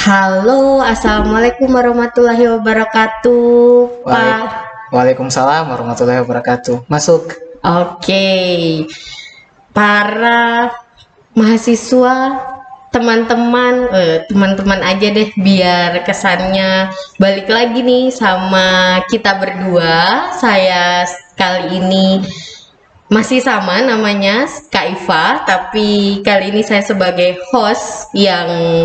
Halo, Assalamualaikum warahmatullahi wabarakatuh, Pak. Waalaikumsalam warahmatullahi wabarakatuh. Masuk. Oke, para mahasiswa, teman-teman aja deh, biar kesannya balik lagi nih sama kita berdua. Saya kali ini masih sama namanya Kak Iva, tapi kali ini saya sebagai host yang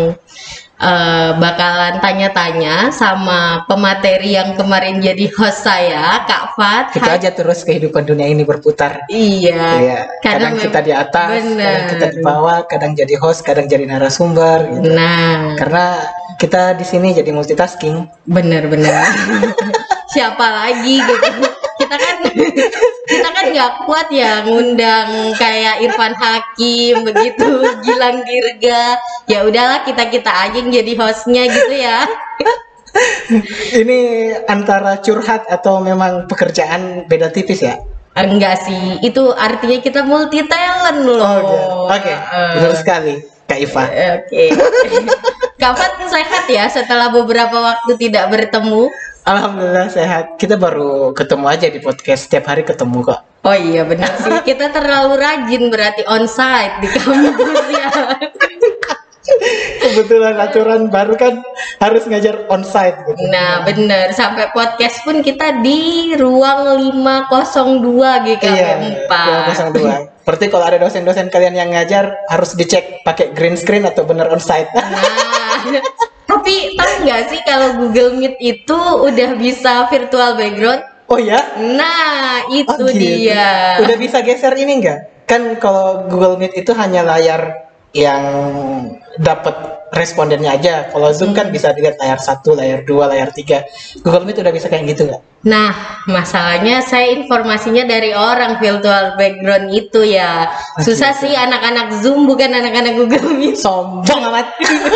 bakalan tanya-tanya sama pemateri yang kemarin jadi host saya, Kak Fat. Kita aja terus kehidupan dunia ini berputar. Iya. Kadang kita di atas, bener. kadang kita di bawah, kadang jadi host, kadang jadi narasumber. Gitu. Nah, karena kita di sini jadi multitasking. Bener. Siapa lagi gitu? Kita kan nggak kuat ya ngundang kayak Irfan Hakim begitu, Gilang Dirga. Ya udahlah, kita aja yang jadi hostnya gitu ya. Ini antara curhat atau memang pekerjaan beda tipis ya? Enggak sih, itu artinya kita multi talent loh. Oke. Benar sekali, Kak Iva. Oke. Kak Fat sehat ya setelah beberapa waktu tidak bertemu? Alhamdulillah sehat. Kita baru ketemu aja di podcast, setiap hari ketemu kok. Oh iya benar sih, kita terlalu rajin berarti onsite di kampus ya. Kebetulan aturan baru kan harus ngajar onsite gitu. Nah bener, sampai podcast pun kita di ruang 502 GKM 4. Iya, 502. Berarti kalau ada dosen-dosen kalian yang ngajar harus dicek pakai green screen atau bener onsite. Nah, tapi tahu nggak sih kalau Google Meet itu udah bisa virtual background? Oh ya? Nah, itu gitu. dia. Udah bisa geser ini nggak? Kan kalau Google Meet itu hanya layar yang dapat respondennya aja. Kalau Zoom kan bisa dilihat layar 1, layar 2, layar 3. Google Meet udah bisa kayak gitu nggak? Nah, masalahnya saya informasinya dari orang virtual background itu ya. Susah sih, anak-anak Zoom bukan anak-anak Google Meet. Sombong amat.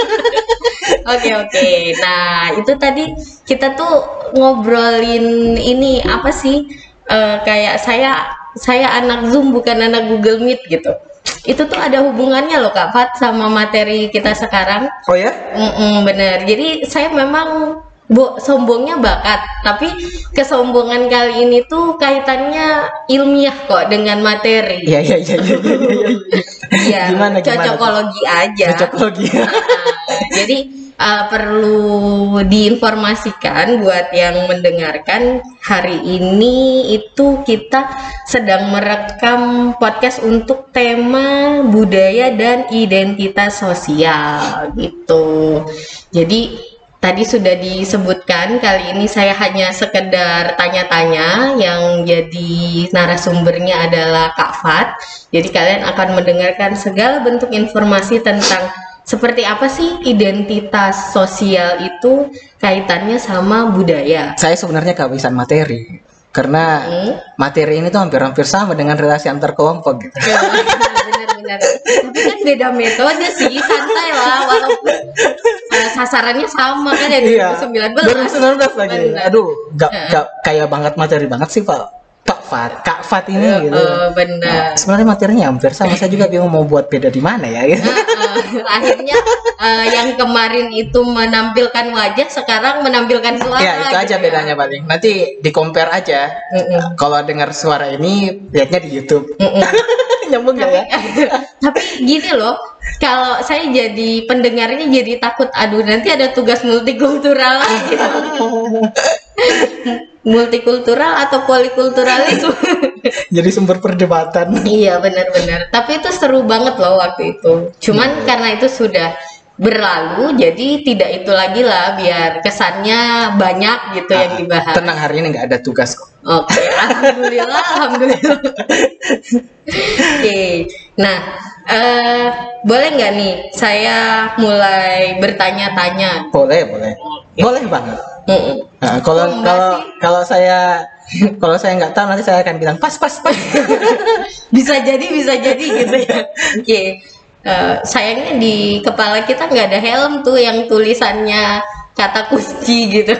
Oke. Nah, itu tadi kita tuh ngobrolin ini apa sih? Kayak saya anak Zoom bukan anak Google Meet gitu. Itu tuh ada hubungannya loh Kak Fat sama materi kita sekarang. Oh ya? Bener. Jadi saya memang sombongnya bakat, tapi kesombongan kali ini tuh kaitannya ilmiah kok dengan materi. Iya. Iya. Cocokologi aja. Cocokologi. Jadi perlu diinformasikan buat yang mendengarkan, hari ini itu kita sedang merekam podcast untuk tema budaya dan identitas sosial gitu. Jadi tadi sudah disebutkan, kali ini saya hanya sekedar tanya-tanya, yang jadi narasumbernya adalah Kak Fat. Jadi kalian akan mendengarkan segala bentuk informasi tentang seperti apa sih identitas sosial itu kaitannya sama budaya. Saya sebenarnya kehabisan materi. Karena materi ini tuh hampir-hampir sama dengan relasi antar kelompok gitu. Benar. Tapi kan beda metode sih, santai lah, walaupun sasarannya sama kan ya 2019. 2019 lagi. Benar. Aduh, gak kaya banget materi banget sih Kak Fat ini gitu. Benar. Nah, sebenarnya materinya hampir sama. Saya juga bingung mau buat beda di mana ya. Gitu. Akhirnya yang kemarin itu menampilkan wajah, sekarang menampilkan suara. Ya itu aja bedanya paling. Nanti di compare aja. Kalau dengar suara ini lihatnya di YouTube. Nyambung gak ya? Tapi gini loh, kalau saya jadi pendengarnya jadi takut, aduh nanti ada tugas multikultural lagi. Multikultural atau polikultural itu jadi sumber perdebatan. Iya benar-benar, tapi itu seru banget loh waktu itu. Cuman karena itu sudah berlalu, jadi tidak itu lagi lah, biar kesannya banyak gitu yang dibahas. Tenang, hari ini nggak ada tugas kok. Oke, alhamdulillah. Oke, nah boleh nggak nih saya mulai bertanya-tanya? Boleh banget. Nah, kalau saya nggak tahu, nanti saya akan bilang pas. bisa jadi gitu ya. Oke. Sayangnya di kepala kita nggak ada helm tuh yang tulisannya kata kunci gitu.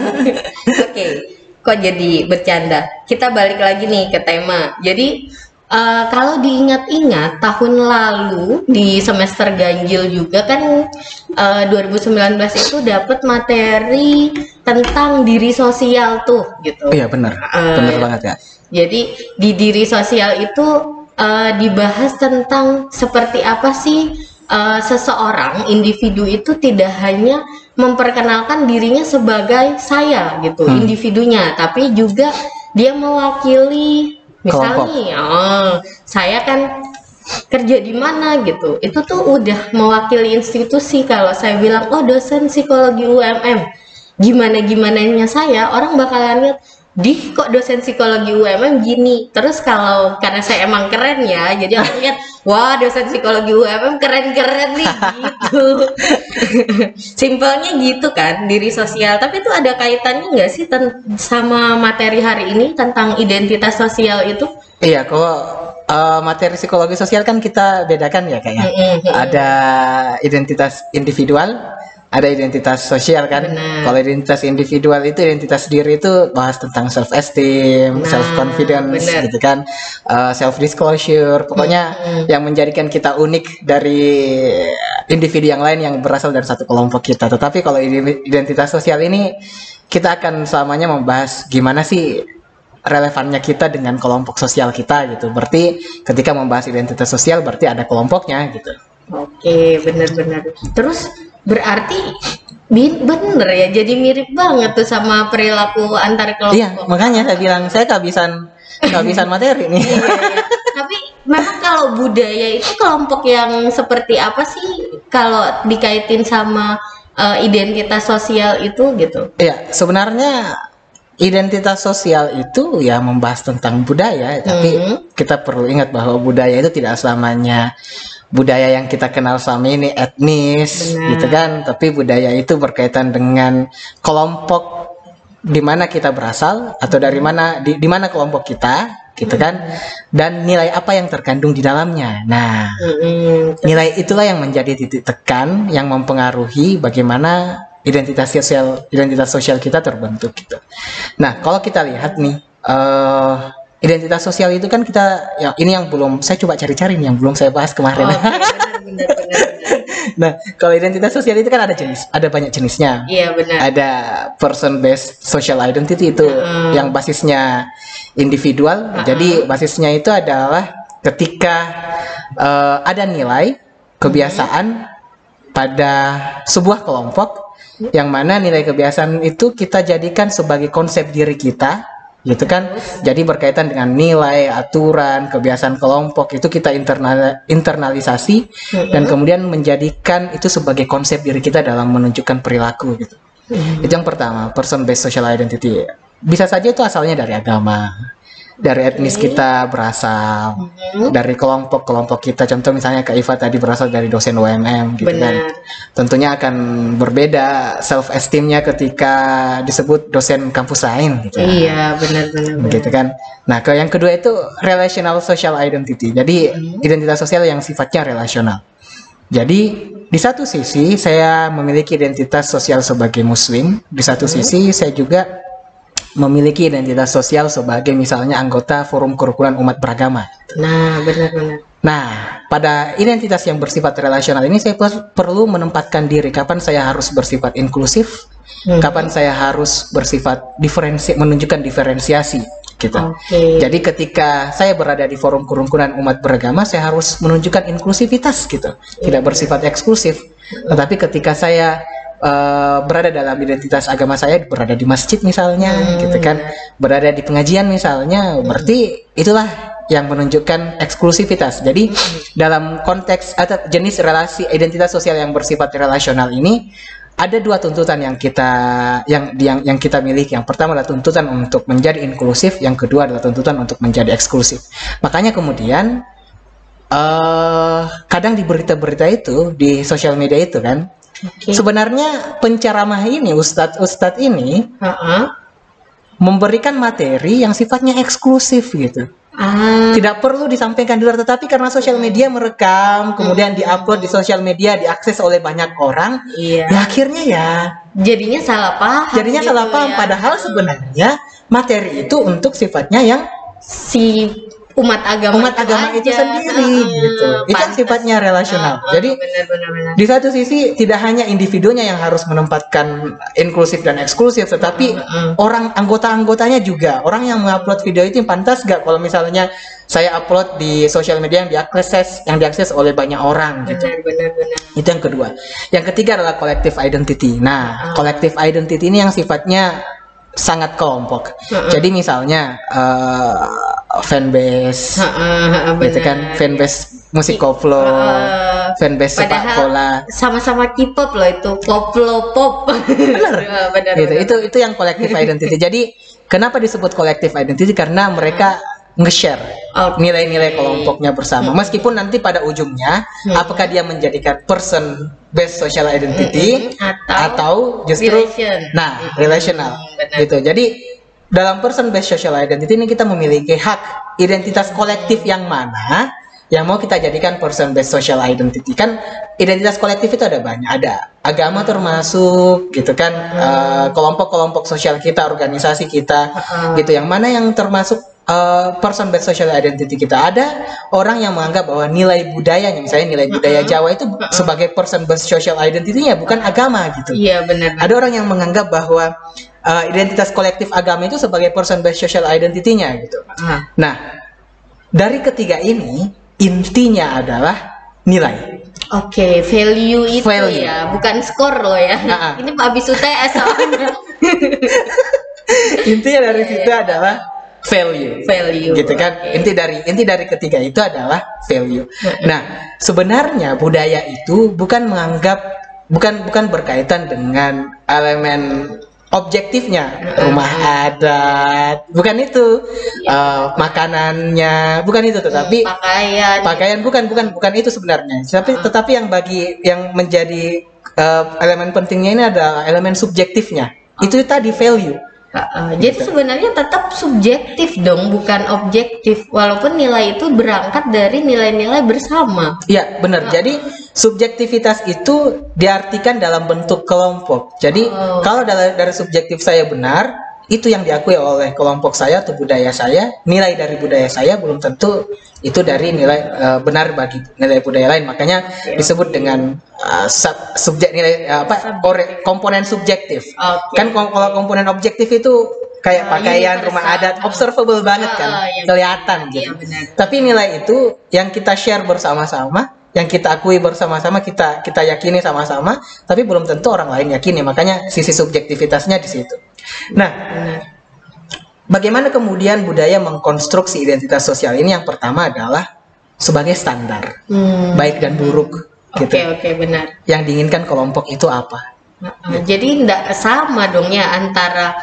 Oke, kok jadi bercanda. Kita balik lagi nih ke tema. Jadi Kalau diingat-ingat tahun lalu di semester ganjil juga kan 2019 itu dapat materi tentang diri sosial tuh gitu. Iya benar, benar banget ya. Jadi di diri sosial itu dibahas tentang seperti apa sih seseorang individu itu tidak hanya memperkenalkan dirinya sebagai saya gitu individunya, tapi juga dia mewakili. Misalnya, saya kan kerja di mana gitu, itu tuh udah mewakili institusi. Kalau saya bilang, oh dosen psikologi UMM, gimana-gimananya saya, orang bakalan lihat, kok dosen psikologi UMM gini. Terus kalau karena saya emang keren ya, jadi orang lihat, wah dosen psikologi UMM keren-keren nih gitu. Simpelnya gitu kan, diri sosial. Tapi itu ada kaitannya nggak sih sama materi hari ini tentang identitas sosial itu? Iya, kalau materi psikologi sosial kan kita bedakan ya kayaknya. Ada identitas individual, ada identitas sosial kan. Kalau identitas individual itu identitas diri itu bahas tentang self esteem, self confidence gitu kan, self disclosure, pokoknya yang menjadikan kita unik dari individu yang lain yang berasal dari satu kelompok kita. Tetapi kalau identitas sosial ini kita akan selamanya membahas gimana sih relevannya kita dengan kelompok sosial kita gitu. Berarti ketika membahas identitas sosial berarti ada kelompoknya gitu. Oke, benar-benar. Terus berarti bener ya, jadi mirip banget tuh sama perilaku antar kelompok. Iya, makanya saya bilang saya kehabisan materi nih. Iya. Tapi memang kalau budaya itu kelompok yang seperti apa sih kalau dikaitin sama identitas sosial itu gitu? Iya, sebenarnya identitas sosial itu ya membahas tentang budaya, tapi kita perlu ingat bahwa budaya itu tidak selamanya budaya yang kita kenal selama ini etnis, gitu kan? Tapi budaya itu berkaitan dengan kelompok di mana kita berasal atau dari mana di mana kelompok kita, gitu kan? Dan nilai apa yang terkandung di dalamnya. Nah, nilai itulah yang menjadi titik tekan yang mempengaruhi bagaimana identitas sosial kita terbentuk gitu. Nah, kalau kita lihat nih identitas sosial itu kan kita ini yang belum saya coba cari-cari nih yang belum saya bahas kemarin. Benar. Nah, kalau identitas sosial itu kan ada banyak jenisnya. Iya, benar. Ada person based social identity itu yang basisnya individual. Jadi basisnya itu adalah ketika ada nilai kebiasaan pada sebuah kelompok yang mana nilai kebiasaan itu kita jadikan sebagai konsep diri kita, gitu kan? Jadi berkaitan dengan nilai, aturan, kebiasaan kelompok itu kita internalisasi dan kemudian menjadikan itu sebagai konsep diri kita dalam menunjukkan perilaku gitu. Itu yang pertama, person based social identity. Bisa saja itu asalnya dari agama, dari etnis kita berasal, dari kelompok kita. Contoh misalnya Kak Iva tadi berasal dari dosen UMM gitu kan. Tentunya akan berbeda self esteemnya ketika disebut dosen kampus lain gitu. Iya, benar. Gitu kan. Nah, yang kedua itu relational social identity. Jadi identitas sosial yang sifatnya relasional. Jadi di satu sisi saya memiliki identitas sosial sebagai muslim, di satu sisi saya juga memiliki identitas sosial sebagai misalnya anggota forum kerukunan umat beragama. Nah, benar. Nah, pada identitas yang bersifat relasional ini saya perlu menempatkan diri kapan saya harus bersifat inklusif, kapan saya harus bersifat menunjukkan diferensiasi gitu. Jadi ketika saya berada di forum kerukunan umat beragama, saya harus menunjukkan inklusivitas gitu, tidak bersifat eksklusif. Tetapi ketika saya berada dalam identitas agama, saya berada di masjid misalnya gitu kan, berada di pengajian misalnya, berarti itulah yang menunjukkan eksklusivitas. Jadi dalam konteks atau jenis relasi identitas sosial yang bersifat relasional ini ada dua tuntutan yang kita miliki. Yang pertama adalah tuntutan untuk menjadi inklusif, yang kedua adalah tuntutan untuk menjadi eksklusif. Makanya kemudian kadang di berita-berita itu di sosial media itu kan, sebenarnya penceramah ini, ustadz ini memberikan materi yang sifatnya eksklusif gitu. Tidak perlu disampaikan di luar, tetapi karena sosial media merekam, kemudian diupload di sosial media, diakses oleh banyak orang, ya akhirnya ya jadinya salah paham. Padahal sebenarnya materi itu untuk sifatnya yang si umat agama itu aja. sendiri gitu. Itu kan Pantes. sifatnya relasional. Jadi benar. di satu sisi tidak hanya individunya yang harus menempatkan inklusif dan eksklusif, tetapi orang anggota-anggotanya juga. Orang yang mengupload video itu pantas gak kalau misalnya saya upload di sosial media yang diakses oleh banyak orang gitu. Benar. Itu yang kedua. Yang ketiga adalah collective identity. Nah, collective identity ini yang sifatnya sangat kelompok. Jadi misalnya fanbase, gitu kan, fanbase musik koplo, fanbase sepak bola. Sama-sama K-pop loh itu, koplo pop. Benar. Itu yang collective identity. Jadi kenapa disebut collective identity? Karena mereka nge-share nilai-nilai kelompoknya bersama. Meskipun nanti pada ujungnya apakah dia menjadikan person based social identity atau justru relational. Gitu. Jadi dalam person based social identity ini kita memiliki hak identitas kolektif yang mana yang mau kita jadikan person based social identity. Kan identitas kolektif itu ada banyak, ada agama termasuk gitu kan, kelompok-kelompok sosial kita, organisasi kita gitu, yang mana yang termasuk person based social identity kita. Ada orang yang menganggap bahwa nilai budayanya, misalnya nilai budaya Jawa itu sebagai person based social identity-nya bukan agama gitu. Iya benar. Ada orang yang menganggap bahwa identitas kolektif agama itu sebagai person based social identity-nya gitu. Nah, dari ketiga ini intinya adalah nilai. Oke, value itu ya, bukan skor loh ya. Ini Pak Abis UTS soalnya. Intinya dari situ adalah value gitu kan. Inti dari ketiga itu adalah value. Nah, sebenarnya budaya itu bukan berkaitan dengan elemen objektifnya, rumah adat, bukan itu, makanannya, bukan itu, tetapi pakaian bukan itu sebenarnya. Tetapi yang menjadi elemen pentingnya ini adalah elemen subjektifnya. Itu tadi value. Jadi sebenarnya tetap subjektif dong, bukan objektif, walaupun nilai itu berangkat dari nilai-nilai bersama. Iya benar. Jadi subjektivitas itu diartikan dalam bentuk kelompok. Jadi kalau dari subjektif saya benar, itu yang diakui oleh kelompok saya atau budaya saya, nilai dari budaya saya belum tentu itu dari nilai benar bagi nilai budaya lain. Makanya disebut dengan komponen subjektif. Kan kalau komponen objektif itu kayak pakaian, rumah adat, observable banget kan, kelihatan gitu. Tapi nilai itu yang kita share bersama-sama, yang kita akui bersama-sama, kita yakini sama-sama, tapi belum tentu orang lain yakini. Makanya sisi subjektivitasnya di situ. Nah, bagaimana kemudian budaya mengkonstruksi identitas sosial ini? Yang pertama adalah sebagai standar, baik dan buruk. Gitu. Oke, benar. Yang diinginkan kelompok itu apa? Jadi tidak sama dong ya antara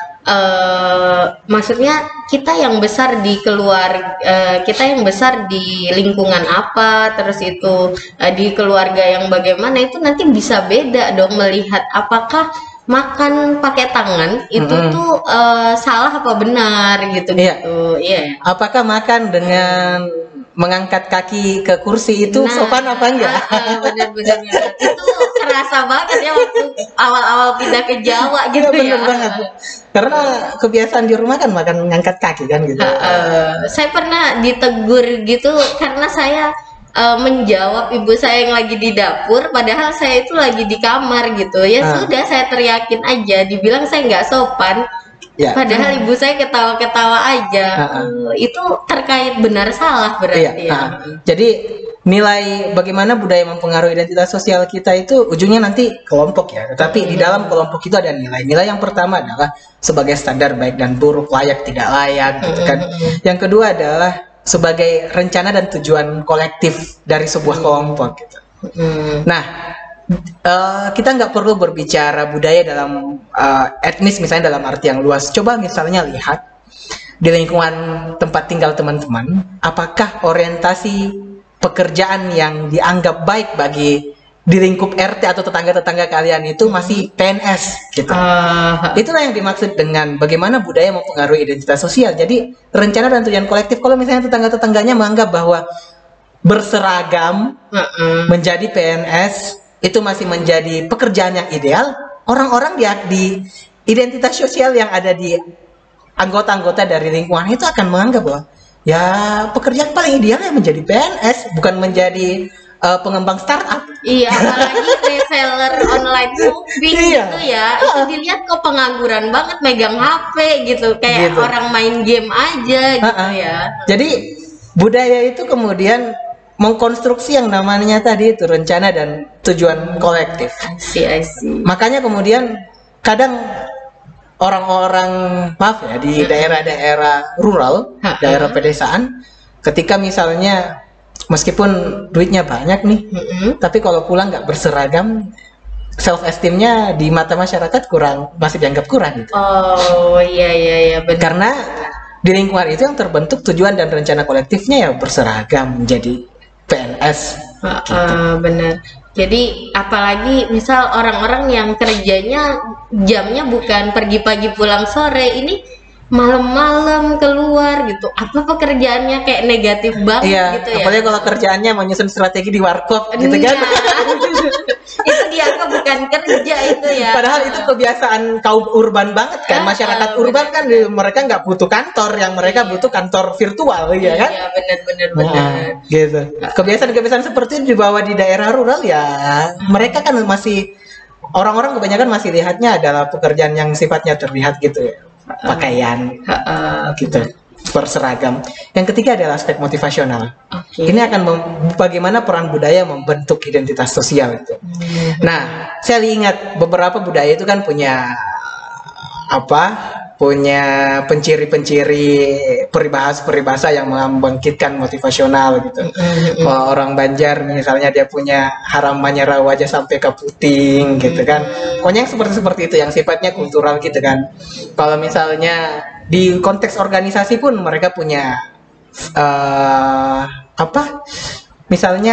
maksudnya kita yang besar di kita yang besar di lingkungan apa, terus itu di keluarga yang bagaimana, itu nanti bisa beda dong melihat apakah makan pakai tangan itu tuh salah apa benar gitu. Iya. Apakah makan dengan mengangkat kaki ke kursi itu sopan apa enggak? Benar-benar itu kerasa banget ya waktu awal-awal pindah ke Jawa gitu. Bener banget. Karena kebiasaan di rumah kan makan mengangkat kaki kan gitu. Saya pernah ditegur gitu karena saya menjawab ibu saya yang lagi di dapur, padahal saya itu lagi di kamar gitu. Sudah, saya teriakin aja, dibilang saya nggak sopan. Padahal ibu saya ketawa-ketawa aja. Itu terkait benar salah berarti ya. Jadi nilai bagaimana budaya mempengaruhi identitas sosial kita itu ujungnya nanti kelompok ya. Tetapi di dalam kelompok itu ada nilai. Nilai yang pertama adalah sebagai standar baik dan buruk, layak tidak layak gitu kan. Yang kedua adalah sebagai rencana dan tujuan kolektif dari sebuah kelompok gitu. Nah, kita nggak perlu berbicara budaya dalam etnis misalnya dalam arti yang luas. Coba misalnya lihat di lingkungan tempat tinggal teman-teman, apakah orientasi pekerjaan yang dianggap baik bagi di lingkup RT atau tetangga-tetangga kalian itu masih PNS gitu. Itulah yang dimaksud dengan bagaimana budaya mempengaruhi identitas sosial. Jadi rencana dan tujuan kolektif, kalau misalnya tetangga-tetangganya menganggap bahwa berseragam menjadi PNS itu masih menjadi pekerjaan yang ideal, orang-orang di identitas sosial yang ada di anggota-anggota dari lingkungan itu akan menganggap bahwa ya pekerjaan paling ideal ya menjadi PNS, bukan menjadi pengembang startup. Iya, apalagi reseller online shopping Iya. gitu ya. Itu dilihat kok pengangguran banget megang HP gitu, kayak Gitu. orang main game aja gitu ya. Jadi budaya itu kemudian mengkonstruksi yang namanya tadi itu rencana dan tujuan kolektif. I see. Makanya kemudian kadang orang-orang, maaf ya, di daerah-daerah rural, daerah pedesaan, ketika misalnya meskipun duitnya banyak nih, tapi kalau pulang nggak berseragam, self esteemnya di mata masyarakat masih dianggap kurang gitu. Oh iya benar. Karena di lingkungan itu yang terbentuk tujuan dan rencana kolektifnya ya berseragam menjadi PNS. Benar. Jadi apalagi misal orang-orang yang kerjanya jamnya bukan pergi pagi pulang sore, ini malam-malam keluar gitu. Apa pekerjaannya kayak negatif banget Iya, gitu ya. apalagi kalau kerjaannya menyusun strategi di warkop gitu kan. Itu dianggap bukan kerja itu ya. Padahal itu kebiasaan kaum urban banget kan. Masyarakat urban kan mereka nggak butuh kantor, yang mereka butuh kantor virtual ya kan. Iya benar. Gitu. Kebiasaan-kebiasaan seperti itu dibawa di daerah rural ya. Mereka kan masih, orang-orang kebanyakan masih lihatnya adalah pekerjaan yang sifatnya terlihat gitu ya. Pakaian gitu, berseragam. Yang ketiga adalah aspek motivasional. Oke. Ini akan bagaimana peran budaya membentuk identitas sosial itu. Nah, saya ingat beberapa budaya itu kan punya penciri-penciri peribahasa yang membangkitkan motivasional gitu. Kalau orang Banjar misalnya dia punya haram manyara wajah sampai ke puting gitu kan. Pokoknya yang seperti itu yang sifatnya kultural gitu kan. Kalau misalnya di konteks organisasi pun mereka punya misalnya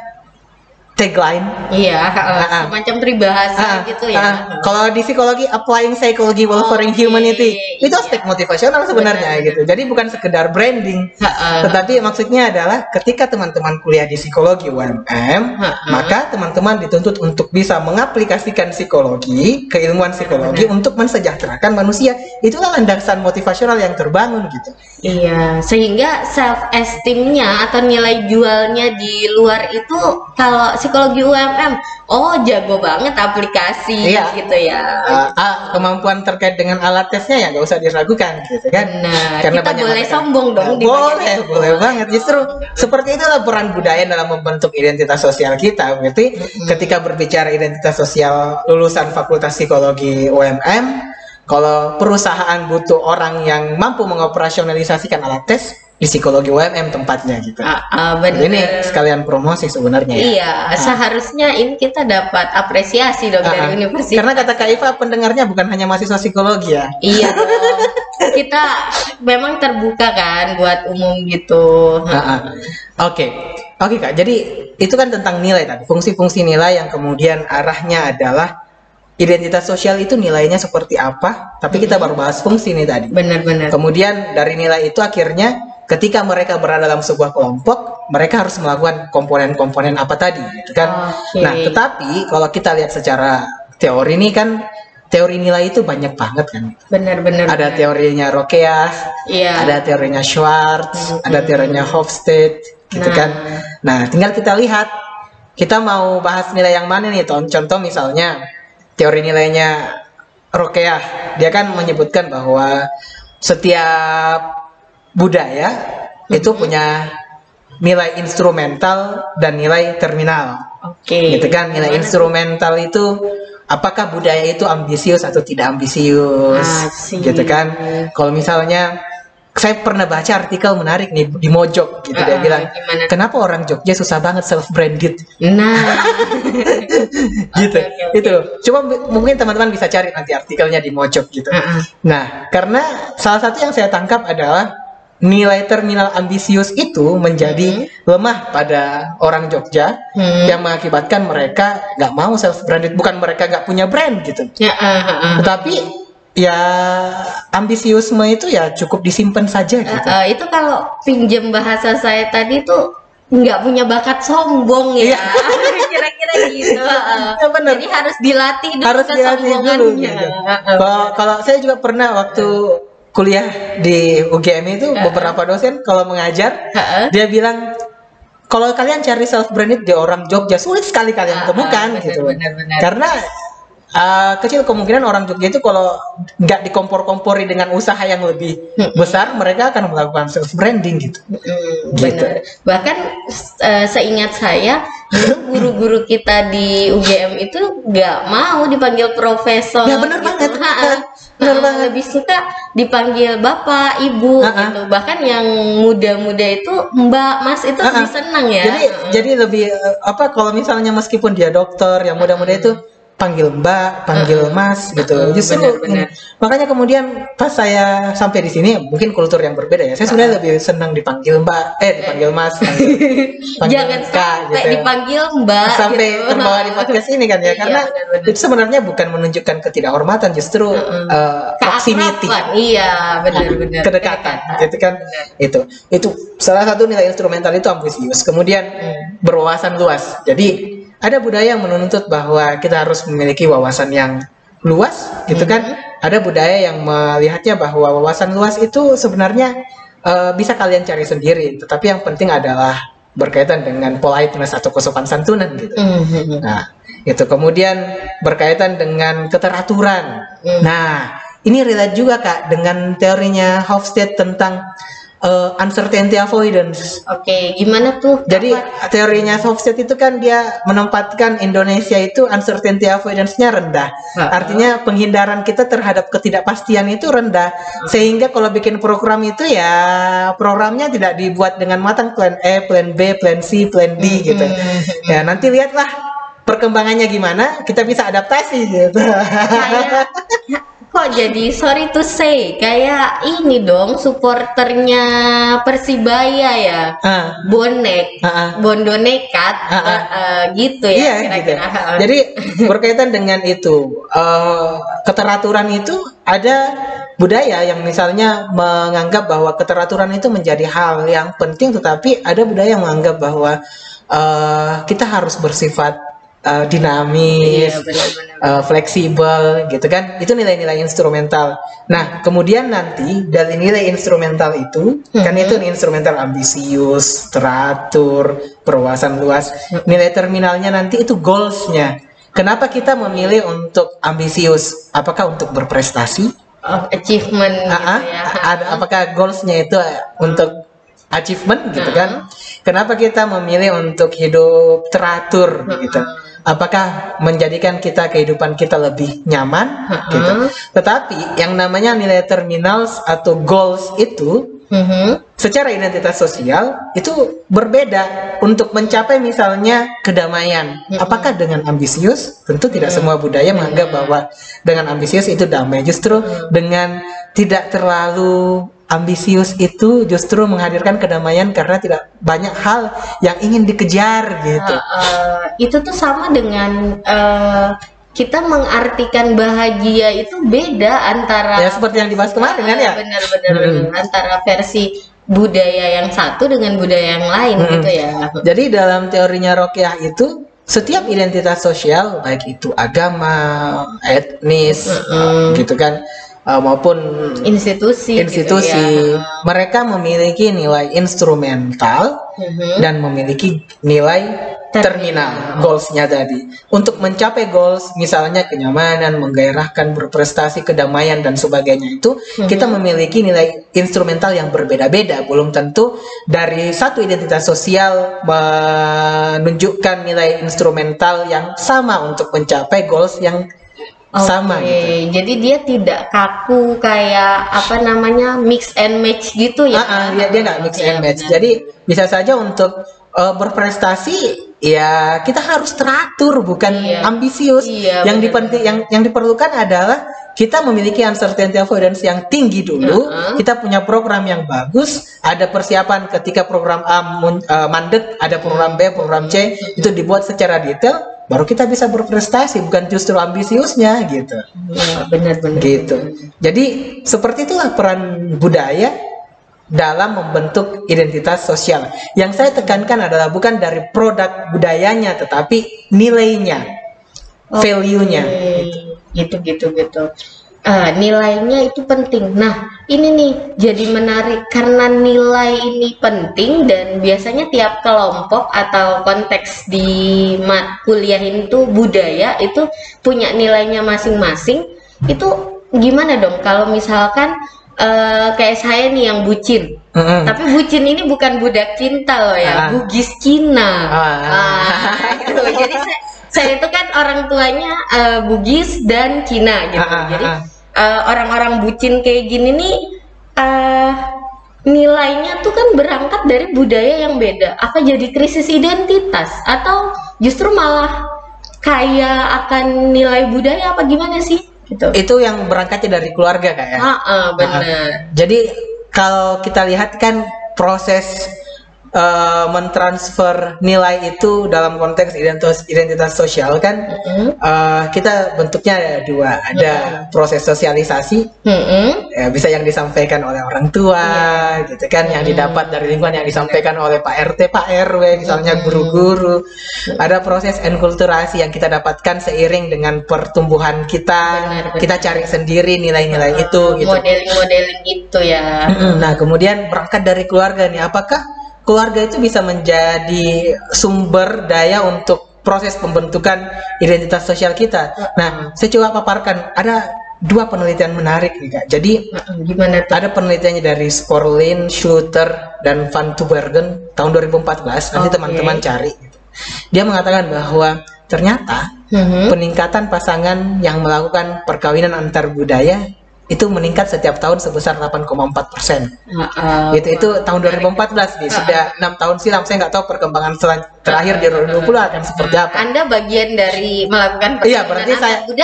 tagline. Iya, semacam peribahasa gitu ya. Kalau di psikologi, applying psychology while foreign humanity, itu aspek motivasional sebenarnya gitu. Jadi bukan sekedar branding, tetapi maksudnya adalah ketika teman-teman kuliah di psikologi UMM, maka teman-teman dituntut untuk bisa mengaplikasikan psikologi, keilmuan psikologi untuk mensejahterakan manusia. Itulah landasan motivasional yang terbangun gitu. Iya, sehingga self esteemnya atau nilai jualnya di luar itu kalau psikologi UMM, oh jago banget aplikasi gitu ya. Kemampuan terkait dengan alat tesnya ya nggak usah diragukan gitu kan. Nah, karena kita boleh sombong dong di boleh banget. Justru seperti itulah peran budaya dalam membentuk identitas sosial kita. Berarti ketika berbicara identitas sosial lulusan Fakultas Psikologi UMM, kalau perusahaan butuh orang yang mampu mengoperasionalisasikan alat tes, di psikologi UMM tempatnya gitu. Bener. Ini sekalian promosi sebenarnya ya. Iya, seharusnya ini kita dapat apresiasi dong dari universitas. Karena kata Kak Iva, pendengarnya bukan hanya mahasiswa psikologi ya. Iya dong. Kita memang terbuka kan buat umum gitu. Oke Kak, jadi itu kan tentang nilai tadi, fungsi-fungsi nilai yang kemudian arahnya adalah identitas sosial itu nilainya seperti apa, tapi kita baru bahas fungsi nih tadi. Benar-benar. Kemudian dari nilai itu akhirnya ketika mereka berada dalam sebuah kelompok, mereka harus melakukan komponen-komponen apa tadi, gitu kan? Nah, tetapi kalau kita lihat secara teori ini kan, teori nilai itu banyak banget kan. Benar-benar. Ada teorinya Rokeah, ada teorinya Schwartz, ada teorinya Hofstede, gitu kan. Nah, tinggal kita lihat, kita mau bahas nilai yang mana nih? Contoh misalnya teori nilainya Rokeah, dia kan menyebutkan bahwa setiap budaya itu punya nilai instrumental dan nilai terminal. Gitu kan, nilai instrumental itu apakah budaya itu ambisius atau tidak ambisius, gitu kan. Kalau misalnya saya pernah baca artikel menarik nih di Mojok gitu, dia bilang kenapa orang Jogja susah banget self branded. Nah, gitu. Itu loh. Coba mungkin teman-teman bisa cari nanti artikelnya di Mojok gitu. Nah, karena salah satu yang saya tangkap adalah nilai terminal ambisius itu menjadi lemah pada orang Jogja, yang mengakibatkan mereka nggak mau self branded. Bukan mereka nggak punya brand gitu, tetapi ya ambisiusme itu ya cukup disimpan saja gitu. Itu kalau pinjem bahasa saya tadi tuh nggak punya bakat sombong ya. Kira-kira gitu. Ya benar. Jadi harus dilatih dulu Harus dilatih dulu gitu. Kalau saya juga pernah waktu kuliah di UGM itu beberapa dosen kalau mengajar dia bilang kalau kalian cari self branded di orang Jogja sulit sekali kalian temukan gitu. benar. Karena kecil kemungkinan orang Jogja itu kalau nggak dikompor-kompori dengan usaha yang lebih besar, mereka akan melakukan self branding gitu. Benar. Bahkan seingat saya, guru-guru kita di UGM itu nggak mau dipanggil profesor. Ya benar gitu. banget. Benar banget. Lebih suka dipanggil bapak, ibu gitu. Bahkan yang muda-muda itu mbak, mas itu lebih senang ya. Jadi lebih kalau misalnya meskipun dia dokter, yang muda-muda itu panggil mbak, panggil mas gitu. Justru benar. makanya kemudian pas saya sampai di sini mungkin kultur yang berbeda ya. Saya sebenarnya lebih senang dipanggil mbak, dipanggil mas, panggil jangan kak, sampai gitu. dipanggil mbak Sampai gitu. terbawa di podcast ini kan ya, karena benar. itu sebenarnya bukan menunjukkan ketidakhormatan, justru proximity. Iya, benar. Kedekatan. Itu kan itu salah satu nilai instrumental itu ambisius. Kemudian berwawasan luas. Jadi ada budaya yang menuntut bahwa kita harus memiliki wawasan yang luas, gitu kan? Ada budaya yang melihatnya bahwa wawasan luas itu sebenarnya bisa kalian cari sendiri, tetapi yang penting adalah berkaitan dengan politeness atau kesopan santunan, gitu. Nah, itu kemudian berkaitan dengan keteraturan. Nah, ini relate juga Kak dengan teorinya Hofstede tentang uncertainty avoidance. Oke, gimana tuh? Jadi teorinya Hofstede itu kan dia menempatkan Indonesia itu uncertainty avoidance-nya rendah. Artinya penghindaran kita terhadap ketidakpastian itu rendah. Sehingga kalau bikin program itu ya programnya tidak dibuat dengan matang, plan A, plan B, plan C, plan D gitu. Ya nanti lihatlah perkembangannya gimana, kita bisa adaptasi gitu. Kok jadi sorry to say kayak ini dong supporternya Persibaya ya, bonek, bondo nekat, gitu ya. Iya, kira-kira. gitu. Jadi berkaitan dengan itu keteraturan itu ada budaya yang misalnya menganggap bahwa keteraturan itu menjadi hal yang penting, tetapi ada budaya yang menganggap bahwa kita harus bersifat dinamis, fleksibel, gitu kan? Itu nilai-nilai instrumental. Nah, kemudian nanti dari nilai instrumental itu, kan itu instrumental ambisius, teratur, berwawasan luas. Nilai terminalnya nanti itu goals-nya. Kenapa kita memilih untuk ambisius? Apakah untuk berprestasi? Achievement, gitu ya. Apakah goals-nya itu untuk achievement, gitu kan? Kenapa kita memilih untuk hidup teratur, gitu? Apakah menjadikan kehidupan kita lebih nyaman, gitu. Tetapi yang namanya nilai terminals atau goals itu secara identitas sosial itu berbeda. Untuk mencapai misalnya kedamaian, apakah dengan ambisius? Tentu tidak semua budaya menganggap bahwa dengan ambisius itu damai. Justru dengan tidak terlalu ambisius itu justru menghadirkan kedamaian karena tidak banyak hal yang ingin dikejar gitu. Itu tuh sama dengan kita mengartikan bahagia itu beda antara ya seperti yang dibahas kemarin kan ya. Benar. Antara versi budaya yang satu dengan budaya yang lain gitu ya. Jadi dalam teorinya Rokeah itu setiap identitas sosial baik itu agama, etnis, gitu kan, maupun institusi gitu ya. Mereka memiliki nilai instrumental dan memiliki nilai terminal, goals-nya tadi. Untuk mencapai goals, misalnya kenyamanan, menggairahkan, berprestasi, kedamaian dan sebagainya itu, kita memiliki nilai instrumental yang berbeda-beda. Belum tentu dari satu identitas sosial menunjukkan nilai instrumental yang sama untuk mencapai goals yang sama gitu. Jadi dia tidak kaku kayak apa namanya mix and match gitu ya. Dia nggak mix and match. Jadi bisa saja untuk berprestasi ya kita harus teratur, bukan ambisius. Yang diperlukan adalah kita memiliki uncertainty avoidance yang tinggi dulu. Kita punya program yang bagus, ada persiapan ketika program A mandek, ada program B, program C itu dibuat secara detail. Baru kita bisa berprestasi, bukan justru ambisiusnya gitu. Benar. Gitu. Jadi seperti itulah peran budaya dalam membentuk identitas sosial. Yang saya tekankan adalah bukan dari produk budayanya, tetapi nilainya, value-nya. Gitu. nilainya itu penting. Nah, ini nih jadi menarik karena nilai ini penting dan biasanya tiap kelompok atau konteks di kuliah itu budaya itu punya nilainya masing-masing. Itu gimana dong kalau misalkan kayak saya nih yang bucin, tapi bucin ini bukan budak cinta loh ya, Bugis Cina. Gitu. Jadi saya itu kan orang tuanya Bugis dan Cina gitu. Jadi orang-orang bucin kayak gini nih nilainya tuh kan berangkat dari budaya yang beda. Apa jadi krisis identitas atau justru malah kayak akan nilai budaya apa gimana sih? Gitu. Itu yang berangkatnya dari keluarga Kak ya. Benar. Jadi kalau kita lihat kan proses mentransfer nilai itu dalam konteks identitas sosial kan, kita bentuknya ada dua, ada proses sosialisasi, ya, bisa yang disampaikan oleh orang tua, gitu kan, yang didapat dari lingkungan, yang disampaikan oleh Pak RT, Pak RW, misalnya guru-guru. Ada proses enkulturasi yang kita dapatkan seiring dengan pertumbuhan kita, kita cari sendiri nilai-nilai itu, gitu. Modeling-modeling itu ya. Nah, kemudian berangkat dari keluarga nih, apakah keluarga itu bisa menjadi sumber daya untuk proses pembentukan identitas sosial kita? Nah, saya coba paparkan. Ada dua penelitian menarik nih Kak. Jadi, gimana tuh? ada penelitiannya dari Sporlin, Schluter, dan Van Tubergen tahun 2014. Nanti teman-teman cari. Dia mengatakan bahwa ternyata peningkatan pasangan yang melakukan perkawinan antar budaya itu meningkat setiap tahun sebesar 8,4%. Itu tahun 2014 nih, sudah 6 tahun silam. Saya nggak tahu perkembangan terakhir di 2020 akan seperti apa. Anda bagian dari melakukan iya, berarti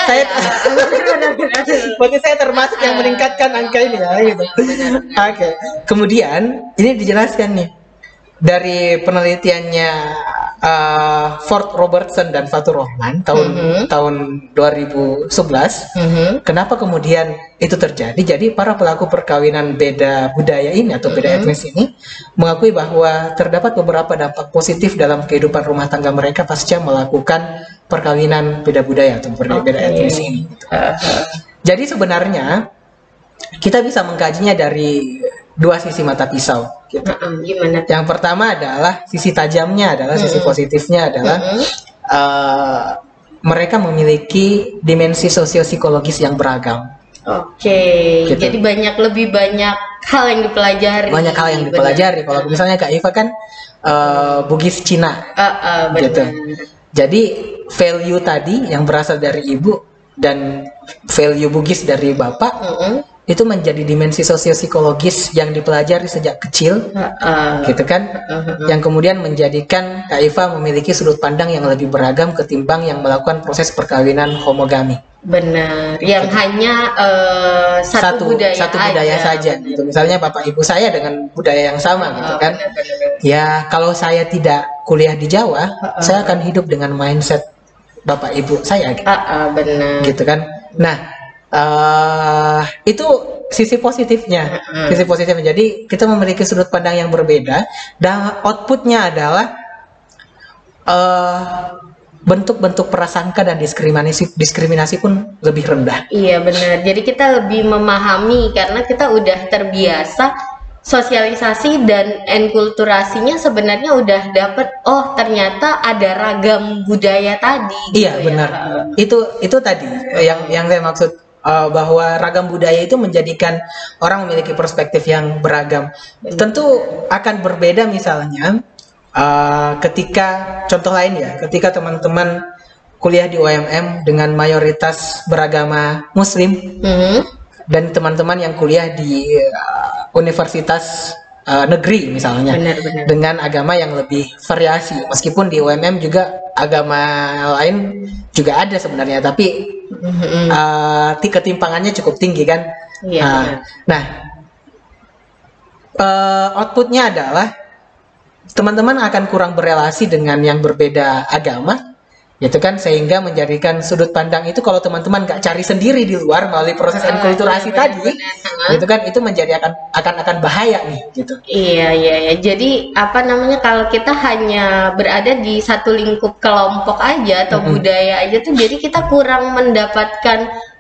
berarti saya termasuk yang meningkatkan angka ini ya, gitu. Oke. Kemudian ini dijelaskan nih dari penelitiannya Ford Robertson dan Fatur Rahman tahun 2011. Kenapa kemudian itu terjadi? Jadi para pelaku perkawinan beda budaya ini atau beda etnis ini mengakui bahwa terdapat beberapa dampak positif dalam kehidupan rumah tangga mereka pasca melakukan perkawinan beda budaya atau beda etnis ini. Jadi sebenarnya kita bisa mengkajinya dari dua sisi mata pisau. Gitu. Gimana? Yang pertama adalah sisi tajamnya, adalah sisi positifnya adalah mereka memiliki dimensi sosio-psikologis yang beragam. Gitu. Jadi lebih banyak hal yang dipelajari. Banyak hal yang dipelajari. Kalau misalnya Kak Iva kan Bugis Cina, gitu. Jadi value tadi yang berasal dari ibu dan value Bugis dari bapak itu menjadi dimensi sosio-psikologis yang dipelajari sejak kecil, gitu kan, yang kemudian menjadikan Kak Iva memiliki sudut pandang yang lebih beragam ketimbang yang melakukan proses perkawinan homogami. Benar, yang hanya satu budaya saja. Gitu. Misalnya bapak ibu saya dengan budaya yang sama, gitu kan. Ya kalau saya tidak kuliah di Jawa, saya akan hidup dengan mindset bapak ibu saya, gitu. Benar. Gitu kan. Nah, itu sisi positifnya. Sisi positifnya. Jadi kita memiliki sudut pandang yang berbeda dan outputnya adalah bentuk-bentuk prasangka dan diskriminasi pun lebih rendah. Iya benar. Jadi kita lebih memahami karena kita udah terbiasa sosialisasi dan enkulturasinya sebenarnya udah dapet. Oh ternyata ada ragam budaya tadi. Iya gitu benar. Ya. Itu tadi yang saya maksud. Bahwa ragam budaya itu menjadikan orang memiliki perspektif yang beragam. Tentu akan berbeda misalnya ketika contoh lain ya, ketika teman-teman kuliah di UMM dengan mayoritas beragama Muslim dan teman-teman yang kuliah di universitas negeri misalnya dengan agama yang lebih variasi. Meskipun di UMM juga agama lain juga ada sebenarnya, tapi ketimpangannya cukup tinggi kan. Outputnya adalah teman-teman akan kurang berelasi dengan yang berbeda agama, gitu kan, sehingga menjadikan sudut pandang itu kalau teman-teman nggak cari sendiri di luar melalui proses enkulturasi tadi, gitu kan, itu menjadi akan bahaya nih, gitu. Iya. Jadi apa namanya, kalau kita hanya berada di satu lingkup kelompok aja atau budaya aja tuh, jadi kita kurang mendapatkan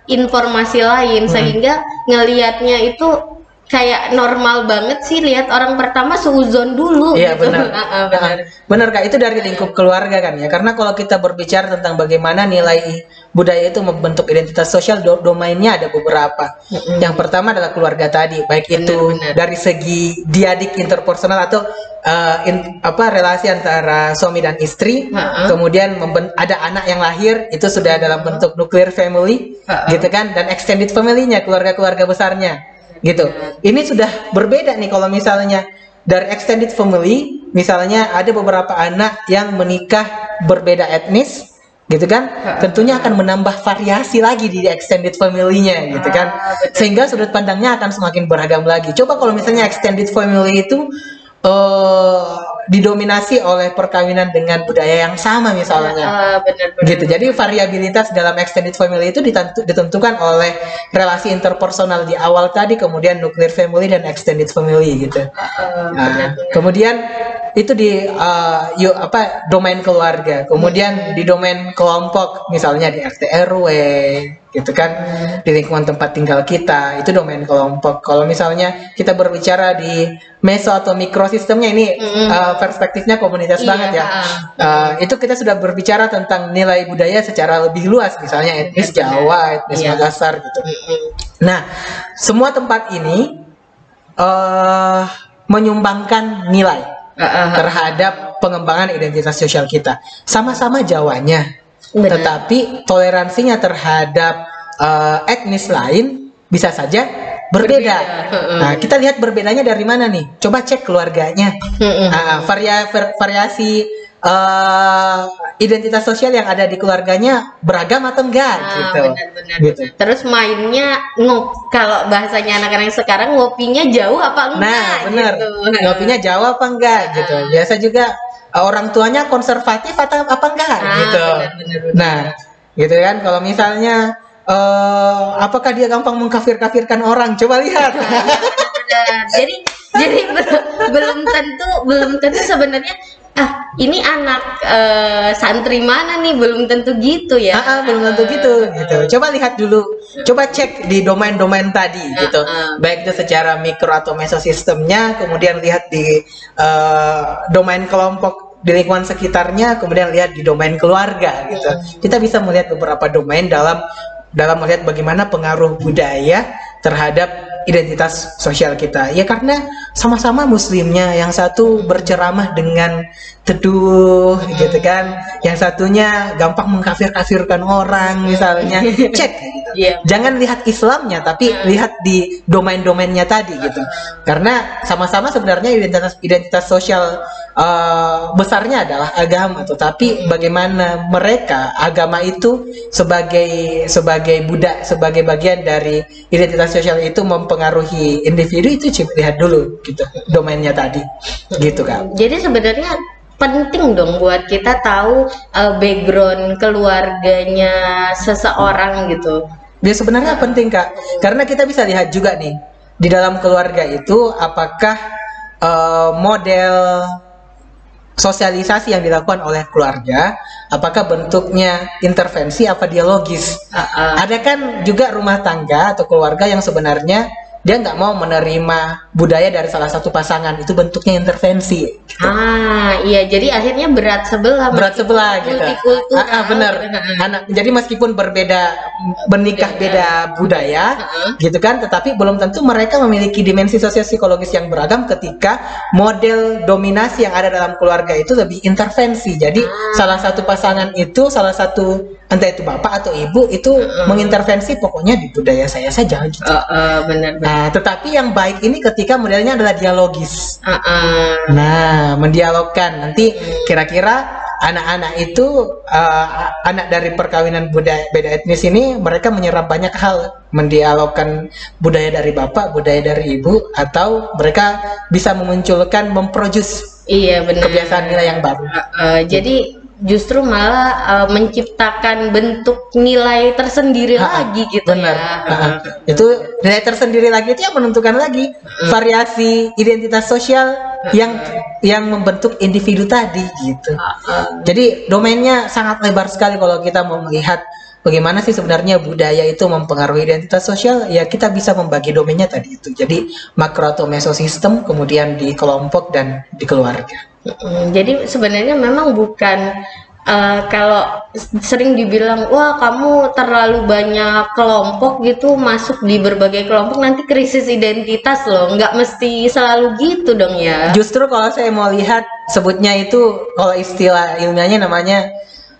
informasi lain sehingga ngelihatnya itu kayak normal banget sih, lihat orang pertama suuzon dulu. Iya, gitu. benar. Benar. Benar Kak, itu dari lingkup keluarga kan ya. Karena kalau kita berbicara tentang bagaimana nilai budaya itu membentuk identitas sosial, domainnya ada beberapa. Yang pertama adalah keluarga tadi, baik itu Benar. dari segi diadik interpersonal atau relasi antara suami dan istri. Kemudian ada anak yang lahir, itu sudah dalam bentuk nuclear family, gitu kan, dan extended family-nya, keluarga-keluarga besarnya. Gitu. Ini sudah berbeda nih kalau misalnya dari extended family, misalnya ada beberapa anak yang menikah berbeda etnis, gitu kan, tentunya akan menambah variasi lagi di extended family-nya, gitu kan, sehingga sudut pandangnya akan semakin beragam lagi. Coba kalau misalnya extended family itu didominasi oleh perkawinan dengan budaya yang sama misalnya, Benar-benar. gitu. Jadi variabilitas dalam extended family itu ditentukan oleh relasi interpersonal di awal tadi, kemudian nuclear family dan extended family, gitu. Nah, kemudian itu di domain keluarga, kemudian di domain kelompok, misalnya di RT RW, gitu kan, di lingkungan tempat tinggal kita, itu domain kelompok. Kalau misalnya kita berbicara di meso atau mikrosistemnya, ini perspektifnya komunitas banget ya. Itu kita sudah berbicara tentang nilai budaya secara lebih luas, misalnya etnis Jawa, etnis Makassar, gitu. Nah, semua tempat ini menyumbangkan nilai terhadap pengembangan identitas sosial kita. Sama-sama Jawanya, tetapi toleransinya terhadap etnis lain bisa saja berbeda. Nah, kita lihat berbedanya dari mana nih? Coba cek keluarganya. Variasi identitas sosial yang ada di keluarganya beragam atau enggak, gitu. Benar-benar. Gitu. Terus mainnya kalau bahasanya anak-anak sekarang, ngopinya jauh apa enggak? Nah, benar. Gitu. Ngopinya jauh apa enggak, gitu. Biasa juga orang tuanya konservatif atau apa enggak, gitu. Benar. Nah, gitu kan. Kalau misalnya apakah dia gampang mengkafir-kafirkan orang? Coba lihat. Jadi belum tentu sebenarnya ini anak santri mana nih, belum tentu gitu ya. Belum tentu gitu. Coba lihat dulu, coba cek di domain-domain tadi, gitu. Baik itu secara mikro atau mesosistemnya, kemudian lihat di domain kelompok di lingkungan sekitarnya, kemudian lihat di domain keluarga, gitu. Kita bisa melihat beberapa domain dalam melihat bagaimana pengaruh budaya terhadap identitas sosial kita. Ya karena sama-sama muslimnya, yang satu berceramah dengan teduh, gitu kan, yang satunya gampang mengkafir-kafirkan orang misalnya. Cek, gitu. Jangan lihat Islamnya, tapi lihat di domain-domainnya tadi, gitu. Karena sama-sama sebenarnya identitas sosial besarnya adalah agama, tetapi bagaimana mereka agama itu sebagai bagian dari identitas sosial itu mempengaruhi individu, itu coba lihat dulu, gitu, domainnya tadi, gitu kan. Jadi sebenarnya penting dong buat kita tahu background keluarganya seseorang, gitu. Ya sebenarnya penting Kak, karena kita bisa lihat juga nih di dalam keluarga itu apakah model sosialisasi yang dilakukan oleh keluarga, apakah bentuknya intervensi apa dialogis. Ada kan juga rumah tangga atau keluarga yang sebenarnya dia nggak mau menerima budaya dari salah satu pasangan, itu bentuknya intervensi, gitu. Iya, jadi akhirnya berat sebelah gitu. Multikultural. Bener. Jadi meskipun menikah beda budaya, gitu kan, tetapi belum tentu mereka memiliki dimensi sosial psikologis yang beragam ketika model dominasi yang ada dalam keluarga itu lebih intervensi. Jadi salah satu pasangan itu, entah itu bapak atau ibu itu mengintervensi, pokoknya di budaya saya saja, gitu. Benar. Nah, tetapi yang baik ini ketika modelnya adalah dialogis. Nah, mendialogkan. Nanti kira-kira anak-anak itu anak dari perkawinan beda etnis ini, mereka menyerap banyak hal, mendialogkan budaya dari bapak, budaya dari ibu, atau mereka bisa memunculkan, memproduce kebiasaan nilai yang baru. Jadi justru malah menciptakan bentuk nilai tersendiri lagi gitu benar. ya. Itu nilai tersendiri lagi itu yang menentukan lagi variasi identitas sosial yang membentuk individu tadi gitu. Jadi domainnya sangat lebar sekali kalau kita mau melihat bagaimana sih sebenarnya budaya itu mempengaruhi identitas sosial, ya kita bisa membagi domainnya tadi itu. Jadi makro atau mesosistem, kemudian di kelompok dan di keluarga. Jadi sebenarnya memang bukan kalau sering dibilang wah kamu terlalu banyak kelompok gitu, masuk di berbagai kelompok nanti krisis identitas loh, nggak mesti selalu gitu dong ya. Justru kalau saya mau lihat sebutnya itu, kalau istilah ilmiahnya namanya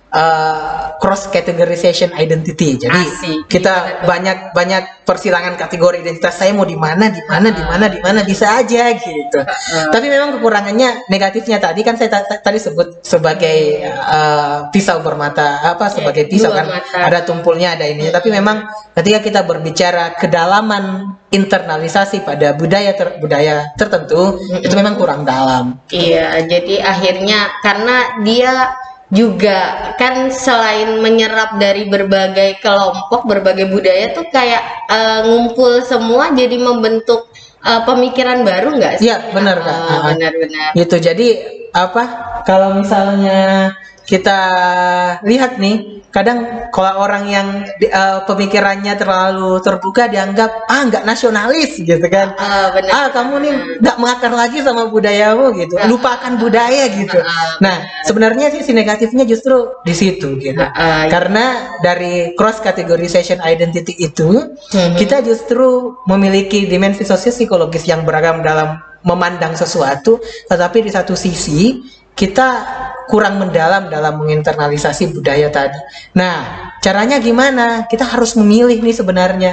cross categorization identity. Jadi kita banyak persilangan kategori identitas. Saya mau di mana bisa aja gitu. Tapi memang kekurangannya, negatifnya tadi kan saya tadi sebut sebagai pisau bermata, sebagai pisau kan ada tumpulnya, ada ini. Tapi memang ketika kita berbicara kedalaman internalisasi pada budaya tertentu, itu memang kurang dalam. Iya, jadi akhirnya karena dia juga kan selain menyerap dari berbagai kelompok, berbagai budaya tuh kayak ngumpul semua jadi membentuk pemikiran baru nggak sih? Iya, benar Kak. Benar-benar. Gitu. Jadi kalau misalnya kita lihat nih, kadang kalau orang yang pemikirannya terlalu terbuka dianggap nggak nasionalis gitu kan. Kamu nih nggak mengakar lagi sama budayamu gitu, lupakan budaya gitu. Nah sebenarnya sisi negatifnya justru di situ gitu. Karena dari cross categorization identity itu kita justru memiliki dimensi sosiologis yang beragam dalam memandang sesuatu, tetapi di satu sisi kita kurang mendalam dalam menginternalisasi budaya tadi. Nah, caranya gimana? Kita harus memilih nih sebenarnya.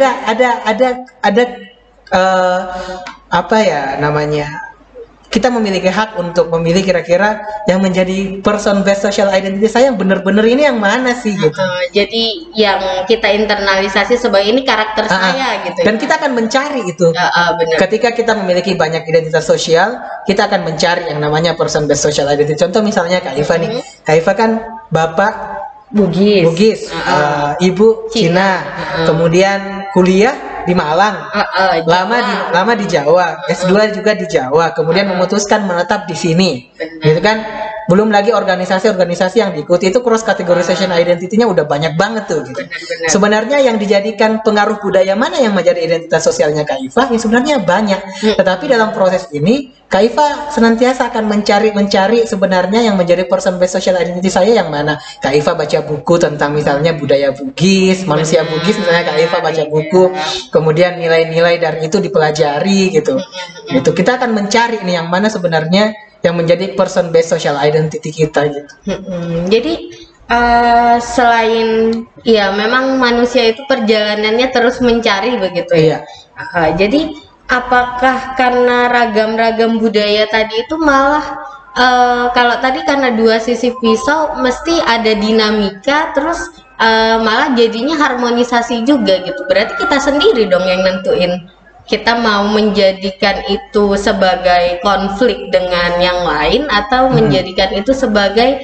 Ada apa ya namanya? Kita memiliki hak untuk memilih kira-kira yang menjadi person based social identity saya yang benar-benar ini yang mana sih gitu. Jadi yang kita internalisasi sebagai ini karakter saya gitu. Dan kita akan mencari itu. Benar. Ketika kita memiliki banyak identitas sosial, kita akan mencari yang namanya person based social identity. Contoh misalnya Kak Iva nih. Kak Iva kan bapak Bugis, ibu Cina, kemudian kuliah di Malang, lama di Jawa, S2 juga di Jawa, kemudian memutuskan menetap di sini, gitu kan? Belum lagi organisasi-organisasi yang diikuti, itu cross categorization identity-nya udah banyak banget tuh. Gitu. Sebenarnya yang dijadikan pengaruh budaya mana yang menjadi identitas sosialnya Kak Iva, ya sebenarnya banyak. Tetapi dalam proses ini Kak Iva senantiasa akan mencari sebenarnya yang menjadi person based social identity saya yang mana. Kak Iva baca buku tentang misalnya budaya Bugis, manusia Bugis, misalnya Kak Iva baca buku, kemudian nilai-nilai dari itu dipelajari gitu. Gitu. Kita akan mencari nih yang mana sebenarnya yang menjadi person based social identity kita gitu. Jadi selain ya memang manusia itu perjalanannya terus mencari begitu ya. Jadi apakah karena ragam-ragam budaya tadi itu malah kalau tadi karena dua sisi pisau mesti ada dinamika, terus malah jadinya harmonisasi juga gitu. Berarti kita sendiri dong yang nentuin kita mau menjadikan itu sebagai konflik dengan yang lain atau menjadikan itu sebagai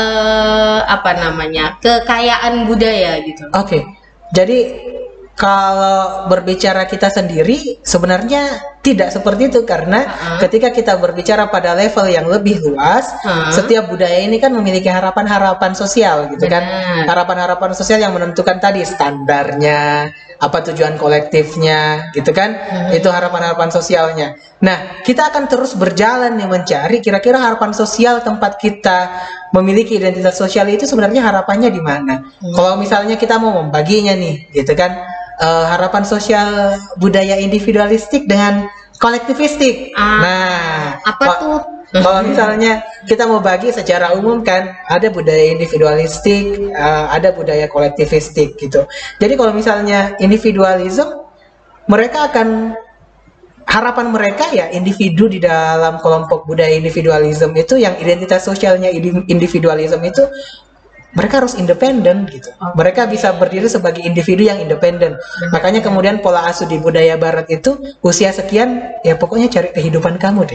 kekayaan budaya gitu. Oke. Jadi kalau berbicara kita sendiri sebenarnya tidak seperti itu, karena ketika kita berbicara pada level yang lebih luas, setiap budaya ini kan memiliki harapan-harapan sosial gitu kan. Harapan-harapan sosial yang menentukan tadi standarnya, apa tujuan kolektifnya gitu kan. Itu harapan-harapan sosialnya. Nah, kita akan terus berjalan nih mencari kira-kira harapan sosial tempat kita memiliki identitas sosial itu sebenarnya harapannya di mana. Kalau misalnya kita mau membaginya nih gitu kan, harapan sosial budaya individualistik dengan kolektivistik. Apa tuh? Kalau misalnya kita mau bagi secara umum kan, ada budaya individualistik, ada budaya kolektivistik gitu. Jadi kalau misalnya individualism, mereka akan harapan mereka ya individu di dalam kelompok budaya individualism itu yang identitas sosialnya individualism itu mereka harus independen gitu. Mereka bisa berdiri sebagai individu yang independen. Makanya kemudian pola asuh di budaya barat itu usia sekian ya pokoknya cari kehidupan kamu deh.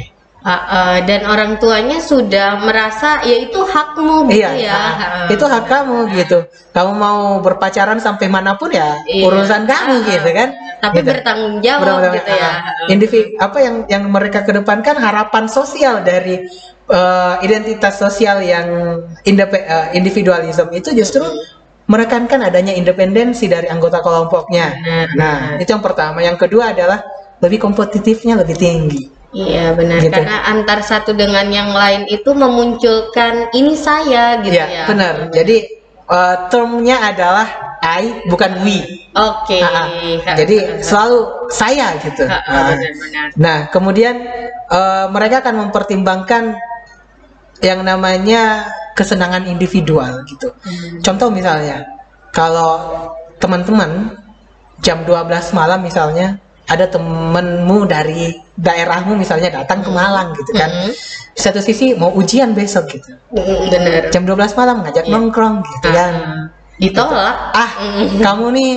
Dan orang tuanya sudah merasa ya itu hakmu gitu ya. Itu hak kamu gitu. Kamu mau berpacaran sampai manapun ya Iya. urusan kamu gitu kan. Tapi Gitu. bertanggung jawab gitu ya. Individu apa yang mereka kedepankan harapan sosial dari identitas sosial yang individualisme itu justru menekankan adanya independensi dari anggota kelompoknya. Nah, itu yang pertama. Yang kedua adalah lebih kompetitifnya lebih tinggi. Iya benar, Gitu. karena antar satu dengan yang lain itu memunculkan ini saya gitu Iya, ya. benar. Jadi termnya adalah I bukan we. Oke. Jadi selalu saya gitu. Benar-benar. Nah, kemudian mereka akan mempertimbangkan yang namanya kesenangan individual gitu. Contoh misalnya, kalau teman-teman jam 12 malam misalnya ada temenmu dari daerahmu misalnya datang ke Malang gitu kan. Di satu sisi mau ujian besok gitu. Benar. Jam 12 malam ngajak nongkrong gitu kan. Ditolak. Kamu nih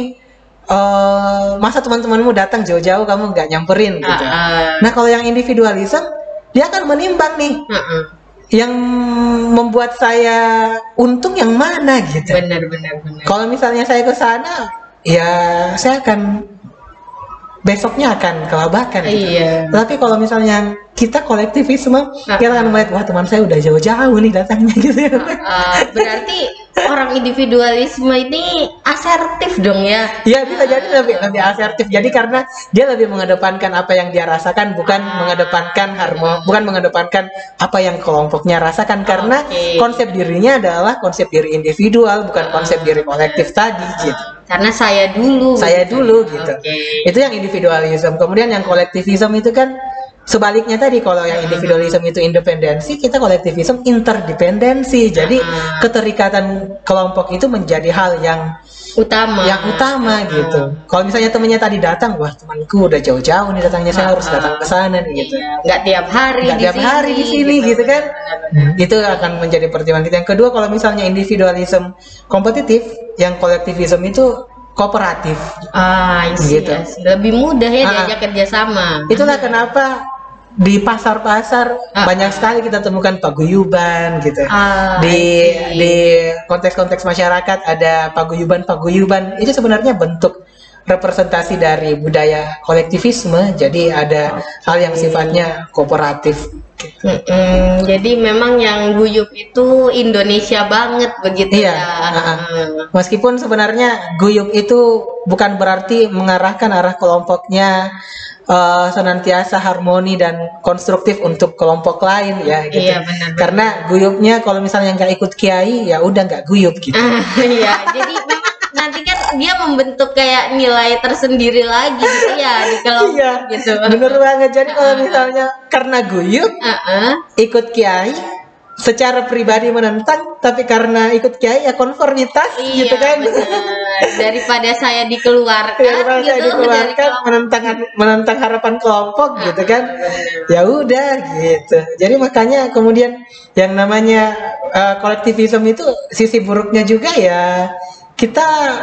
masa teman-temanmu datang jauh-jauh kamu nggak nyamperin gitu. Nah, kalau yang individualisme dia akan menimbang nih. Yang membuat saya untung yang mana gitu. Benar. Kalau misalnya saya ke sana, ya saya akan besoknya akan kelabakan gitu. Iya. Tapi kalau misalnya kita kolektivisme, kita akan melihat wah teman saya udah jauh-jauh nih datangnya gitu ya. Berarti orang individualisme ini asertif dong ya. Ya bisa jadi lebih asertif. Jadi karena dia lebih mengedepankan apa yang dia rasakan, bukan mengedepankan bukan mengedepankan apa yang kelompoknya rasakan. Karena konsep dirinya adalah konsep diri individual, bukan konsep diri kolektif tadi gitu. Karena saya dulu Gitu. Itu yang individualisme. Kemudian yang kolektivisme itu kan sebaliknya tadi. Kalau yang individualisme itu independensi, kita kolektivisme interdependensi. Jadi keterikatan kelompok itu menjadi hal yang utama gitu. Kalau misalnya temennya tadi datang, wah temanku udah jauh-jauh nih datangnya, saya harus datang ke sana nih gitu. Nggak tiap hari di sini gitu kan. Itu akan menjadi pertimbangan kita. Yang kedua, kalau misalnya individualisme kompetitif, yang kolektivisme itu kooperatif. Gitu. Lebih mudah ya diajak kerjasama. Itulah kenapa di pasar-pasar banyak sekali kita temukan paguyuban gitu. Di konteks-konteks masyarakat ada paguyuban. Itu sebenarnya bentuk representasi dari budaya kolektivisme. Jadi ada hal yang sifatnya kooperatif. Jadi memang yang guyup itu Indonesia banget begitu ya. Meskipun sebenarnya guyup itu bukan berarti mengarahkan arah kelompoknya senantiasa harmoni dan konstruktif untuk kelompok lain ya gitu. Iya, benar. Karena guyupnya kalau misalnya nggak ikut kiai ya udah nggak guyup gitu. Iya, jadi memang nanti kan dia membentuk kayak nilai tersendiri lagi gitu ya di kelompok gitu. Bener banget. Jadi kalau misalnya karena guyup ikut kiai secara pribadi menentang, tapi karena ikut kiai ya konformitas gitu kan. Daripada saya dikeluarkan menentang harapan kelompok gitu kan. Ya udah gitu. Jadi makanya kemudian yang namanya kolektivisme itu sisi buruknya juga ya kita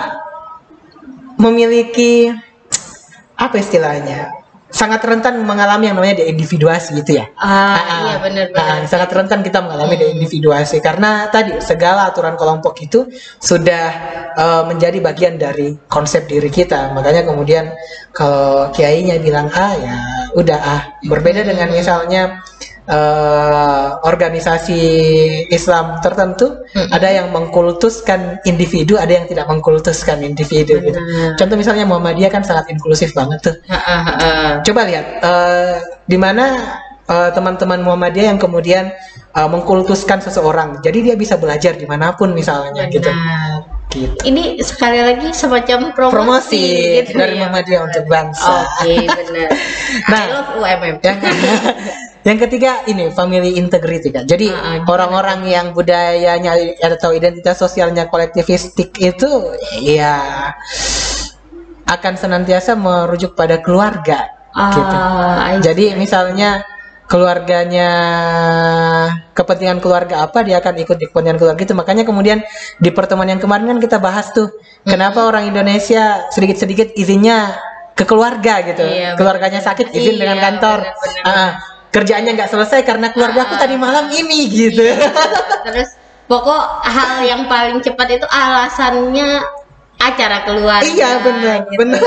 memiliki apa istilahnya, sangat rentan mengalami yang namanya deindividuasi gitu ya. Iya benar-benar. Sangat rentan kita mengalami deindividuasi karena tadi segala aturan kelompok itu sudah menjadi bagian dari konsep diri kita. Makanya kemudian kalau kiainya bilang ya udah berbeda dengan misalnya organisasi Islam tertentu, ada yang mengkultuskan individu, ada yang tidak mengkultuskan individu gitu. Contoh misalnya Muhammadiyah kan sangat inklusif banget tuh. Coba lihat di mana teman-teman Muhammadiyah yang kemudian mengkultuskan seseorang, jadi dia bisa belajar dimanapun misalnya gitu. Ini sekali lagi semacam promosi gitu dari Muhammadiyah untuk bangsa. Benar. I love UMM. Yang ketiga ini family integrity kan. Jadi orang-orang yang budayanya atau identitas sosialnya kolektivistik itu ya akan senantiasa merujuk pada keluarga gitu. Jadi misalnya keluarganya kepentingan keluarga apa, dia akan ikut di kepentingan keluarga itu. Makanya kemudian di pertemuan yang kemarin kan kita bahas tuh kenapa orang Indonesia sedikit-sedikit izinnya ke keluarga gitu. Keluarganya sakit izin dengan kantor. kerjaannya nggak selesai karena keluarga aku tadi malam ini gitu. Terus pokok hal yang paling cepat itu alasannya acara keluarga. Iya benar, gitu. benar.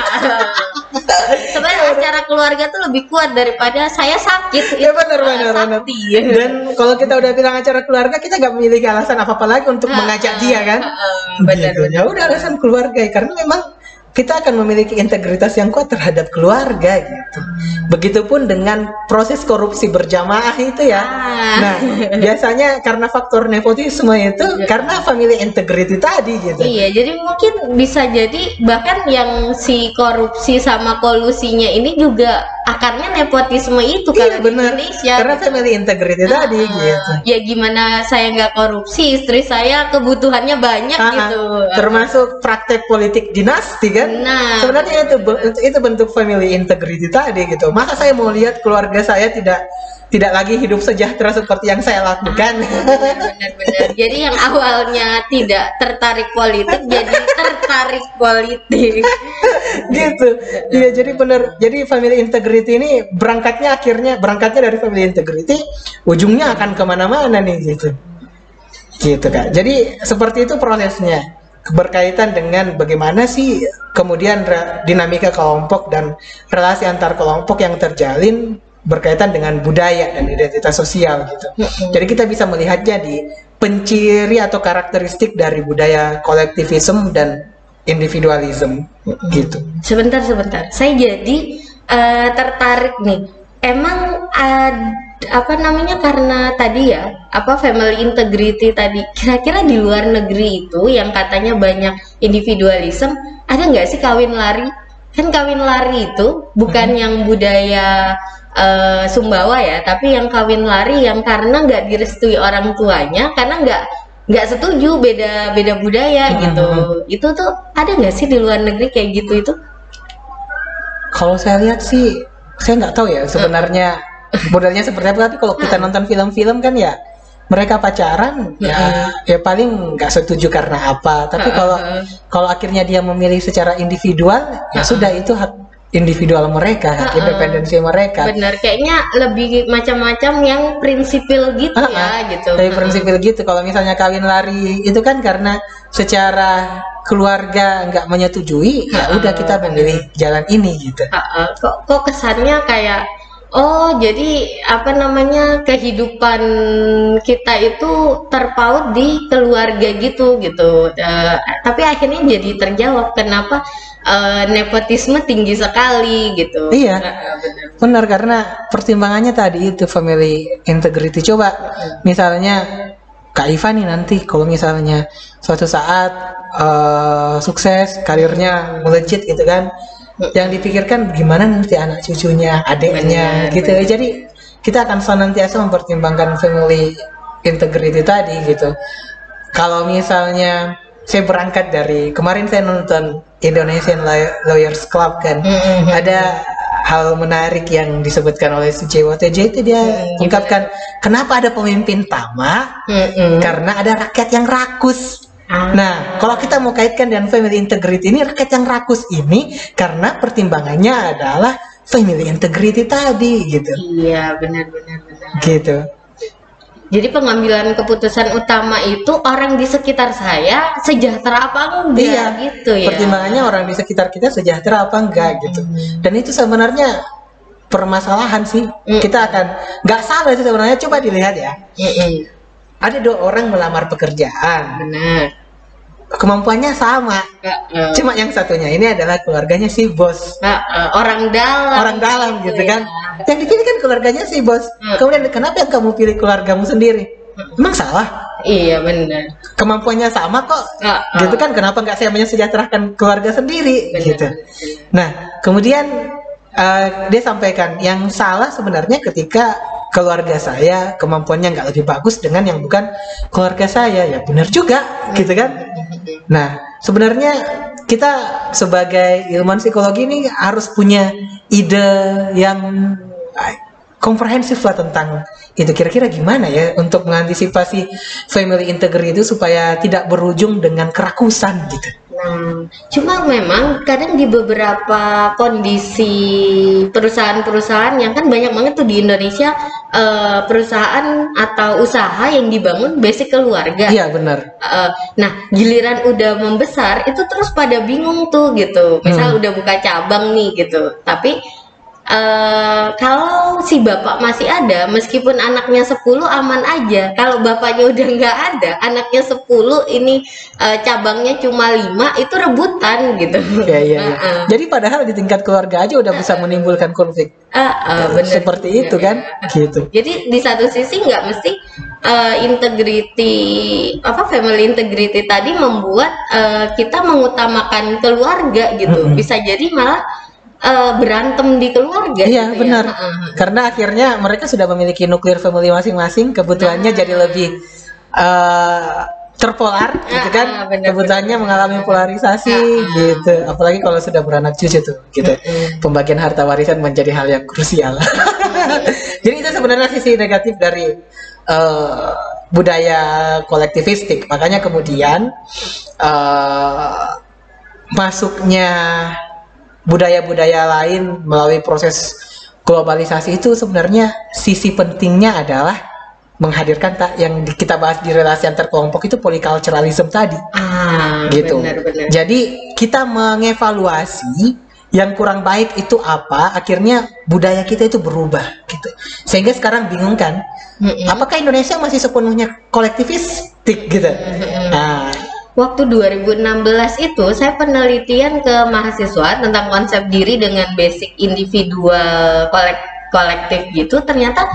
Sebenarnya acara keluarga tuh lebih kuat daripada saya sakit. Ya benar. Dan kalau kita udah bilang acara keluarga, kita nggak memiliki alasan apa-apa lagi untuk mengajak dia kan. Benar. Ya udah alasan keluarga, karena memang kita akan memiliki integritas yang kuat terhadap keluarga gitu. Begitupun dengan proses korupsi berjamaah itu ya. Nah, biasanya karena faktor nepotisme itu karena family integrity tadi gitu. Iya, jadi mungkin bisa jadi bahkan yang si korupsi sama kolusinya ini juga akarnya nepotisme itu Iya kalau di benar. Indonesia. Karena family integrity tadi gitu. Ya gimana saya nggak korupsi, istri saya kebutuhannya banyak gitu. Termasuk praktek politik dinasti kan. Nah, sebenarnya itu bentuk family integrity tadi gitu. Masa saya mau lihat keluarga saya tidak lagi hidup sejahtera seperti yang saya lakukan. Benar. Jadi yang awalnya tidak tertarik politik jadi tertarik politik. Gitu. Iya, jadi benar. Jadi family integrity ini berangkatnya dari family integrity, ujungnya akan kemana-mana nih gitu. Gitu Kak. Jadi seperti itu prosesnya. Berkaitan dengan bagaimana sih kemudian dinamika kelompok dan relasi antar kelompok yang terjalin berkaitan dengan budaya dan identitas sosial gitu. Jadi kita bisa melihatnya di penciri atau karakteristik dari budaya kolektivisme dan individualisme gitu. Sebentar. Saya jadi tertarik nih. Emang karena tadi ya, family integrity tadi. Kira-kira di luar negeri itu yang katanya banyak individualisme, ada nggak sih kawin lari? Kan kawin lari itu bukan yang budaya Sumbawa ya, tapi yang kawin lari yang karena nggak direstui orang tuanya, karena nggak setuju beda budaya gitu. Itu tuh ada nggak sih di luar negeri kayak gitu itu? Kalau saya lihat sih, saya nggak tahu ya sebenarnya modelnya seperti apa. Tapi kalau kita nonton film-film kan ya mereka pacaran ya paling nggak setuju karena apa. Tapi kalau akhirnya dia memilih secara individual ya sudah, itu hak individual mereka, hak independensi mereka. Bener, kayaknya lebih macam-macam yang prinsipil gitu ya gitu. Tapi prinsipil gitu. Kalau misalnya kawin lari itu kan karena secara keluarga nggak menyetujui, ya udah kita memilih jalan ini gitu. Kok kesannya kayak jadi kehidupan kita itu terpaut di keluarga gitu. Tapi akhirnya jadi terjawab kenapa nepotisme tinggi sekali gitu. Iya, benar, karena pertimbangannya tadi itu family integrity. Coba misalnya Kak Iva nih nanti kalau misalnya suatu saat sukses karirnya melejit gitu kan, yang dipikirkan gimana nanti anak cucunya, adiknya gitu. Jadi kita akan senantiasa mempertimbangkan family integrity tadi gitu. Kalau misalnya saya berangkat dari kemarin saya nonton Indonesian Lawyers Club kan, ada hal menarik yang disebutkan oleh Sujiwo Tejo itu, dia ungkapkan kenapa ada pemimpin tamak, karena ada rakyat yang rakus. Nah, kalau kita mau kaitkan dengan family integrity ini, rakyat yang rakus ini karena pertimbangannya adalah family integrity tadi gitu. Iya, benar. Gitu. Jadi pengambilan keputusan utama itu orang di sekitar saya sejahtera apa enggak gitu ya. Pertimbangannya orang di sekitar kita sejahtera apa enggak gitu. Dan itu sebenarnya permasalahan sih. Kita akan nggak salah itu sebenarnya. Coba dilihat ya. Ada 2 orang melamar pekerjaan. Benar. Kemampuannya sama, cuma yang satunya ini adalah keluarganya si bos, orang dalam gitu kan. Yang dipilih kan keluarganya si bos. Kemudian kenapa yang kamu pilih keluargamu sendiri? Emang salah? Iya benar. Kemampuannya sama kok, gitu kan? Kenapa nggak saya mensejahterakan keluarga sendiri? Gitu. Nah, kemudian dia sampaikan yang salah sebenarnya ketika keluarga saya kemampuannya nggak lebih bagus dengan yang bukan keluarga saya. Ya benar juga, gitu kan? Nah, sebenarnya kita sebagai ilmuwan psikologi ini harus punya ide yang komprehensif lah tentang itu. Kira-kira gimana ya untuk mengantisipasi family integrity itu supaya tidak berujung dengan kerakusan gitu. Nah, cuma memang kadang di beberapa kondisi perusahaan-perusahaan yang kan banyak banget tuh di Indonesia, perusahaan atau usaha yang dibangun basic keluarga. Iya benar. Nah, giliran udah membesar itu terus pada bingung tuh gitu. Misal udah buka cabang nih gitu, tapi kalau si bapak masih ada, meskipun anaknya 10 aman aja. Kalau bapaknya udah nggak ada, anaknya 10 ini cabangnya cuma 5, itu rebutan gitu. Iya. Jadi padahal di tingkat keluarga aja udah bisa menimbulkan konflik. Bener Seperti juga, itu kan, gitu. Jadi di satu sisi nggak mesti integrity family integrity tadi membuat kita mengutamakan keluarga gitu. Bisa jadi malah berantem di keluarga. Iya gitu benar. Ya. Karena akhirnya mereka sudah memiliki nuklir family masing-masing, kebutuhannya jadi lebih terpolar, gitu kan? Kebutuhannya mengalami polarisasi, gitu. Apalagi kalau sudah beranak cucu tuh, gitu. Pembagian harta warisan menjadi hal yang krusial. Jadi itu sebenarnya sisi negatif dari budaya kolektivistik. Makanya kemudian masuknya budaya-budaya lain melalui proses globalisasi itu sebenarnya sisi pentingnya adalah menghadirkan yang kita bahas di relasi antar kelompok itu polyculturalism tadi. Gitu. Benar. Jadi kita mengevaluasi yang kurang baik itu apa, akhirnya budaya kita itu berubah gitu. Sehingga sekarang bingung kan, apakah Indonesia masih sepenuhnya kolektivistik gitu? Waktu 2016 itu saya penelitian ke mahasiswa tentang konsep diri dengan basic individual kolektif gitu, ternyata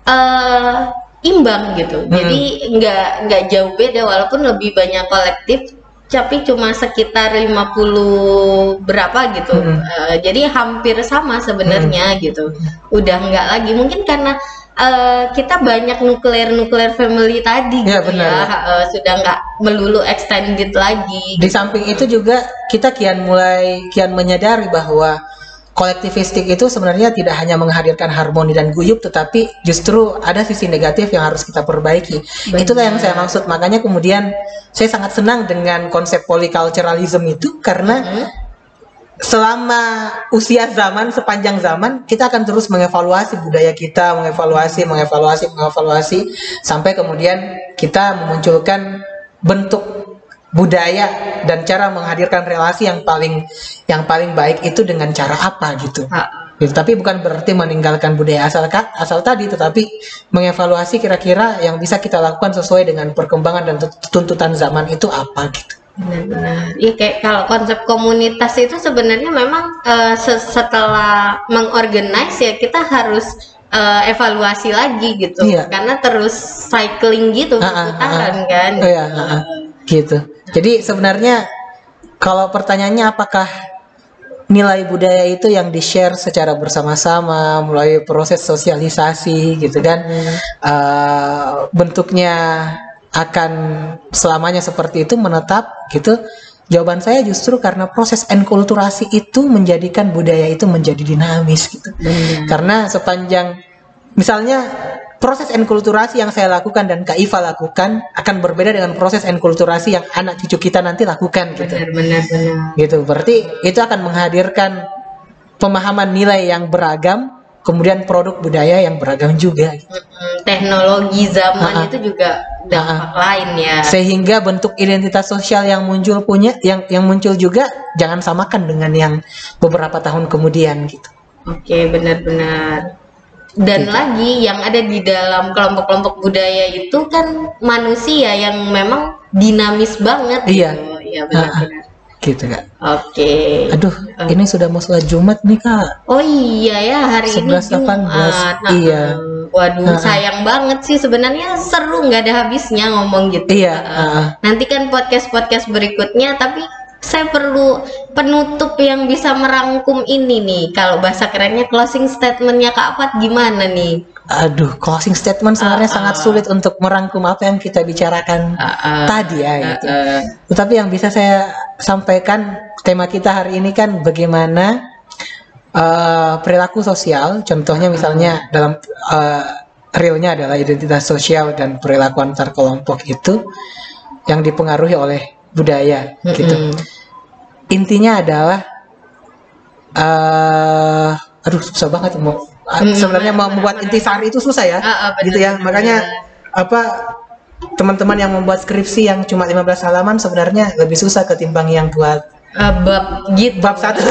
imbang gitu. Jadi nggak jauh beda, walaupun lebih banyak kolektif tapi cuma sekitar 50 berapa gitu. Jadi hampir sama sebenarnya gitu. Udah nggak lagi, mungkin karena kita banyak nuklir family tadi gitu sudah nggak melulu extended lagi. Di samping itu juga kita kian menyadari bahwa kolektivistik itu sebenarnya tidak hanya menghadirkan harmoni dan guyup, tetapi justru ada sisi negatif yang harus kita perbaiki. Itulah yang saya maksud. Makanya kemudian saya sangat senang dengan konsep polyculturalism itu, karena selama usia zaman, sepanjang zaman kita akan terus mengevaluasi budaya kita, mengevaluasi sampai kemudian kita memunculkan bentuk budaya dan cara menghadirkan relasi yang paling baik itu dengan cara apa gitu. Tapi bukan berarti meninggalkan budaya asal tadi, tetapi mengevaluasi kira-kira yang bisa kita lakukan sesuai dengan perkembangan dan tuntutan zaman itu apa gitu. Benar-benar. Iya, kayak kalau konsep komunitas itu sebenarnya memang setelah mengorganize ya kita harus evaluasi lagi gitu. Karena terus cycling gitu putaran kan. Gitu. Jadi sebenarnya kalau pertanyaannya apakah nilai budaya itu yang di-share secara bersama-sama melalui proses sosialisasi gitu kan, bentuknya akan selamanya seperti itu menetap gitu? Jawaban saya justru karena proses enkulturasi itu menjadikan budaya itu menjadi dinamis gitu. Karena sepanjang misalnya proses enkulturasi yang saya lakukan dan Kak Iva lakukan akan berbeda dengan proses enkulturasi yang anak cucu kita nanti lakukan gitu. Benar. Gitu. Berarti itu akan menghadirkan pemahaman nilai yang beragam, kemudian produk budaya yang beragam juga gitu. Teknologi zaman itu juga dampak lain ya. Sehingga bentuk identitas sosial yang muncul juga jangan samakan dengan yang beberapa tahun kemudian gitu. Oke, benar-benar. Dan lagi yang ada di dalam kelompok-kelompok budaya itu kan manusia yang memang dinamis banget. Iya. Gitu. Ya benar-benar. Gitu Kak. Oke. Aduh, ini sudah mau sholat Jumat nih Kak. Oh iya ya, hari 11, ini Jumat. Iya. Waduh, sayang banget sih, sebenarnya seru, nggak ada habisnya ngomong gitu. Iya. Nanti kan podcast berikutnya, tapi saya perlu penutup yang bisa merangkum ini nih. Kalau bahasa kerennya closing statementnya Kak Fat gimana nih? Aduh, closing statement sebenarnya sangat sulit untuk merangkum apa yang kita bicarakan tadi ya gitu. Tetapi yang bisa saya sampaikan, tema kita hari ini kan bagaimana perilaku sosial, contohnya misalnya dalam realnya adalah identitas sosial dan perilaku antar kelompok itu yang dipengaruhi oleh budaya gitu. intinya adalah aduh susah banget mau sebenarnya mau membuat intisari itu susah ya. Gitu ya. Makanya apa teman-teman yang membuat skripsi yang cuma 15 halaman sebenarnya lebih susah ketimbang yang buat bab gitu. bab 1.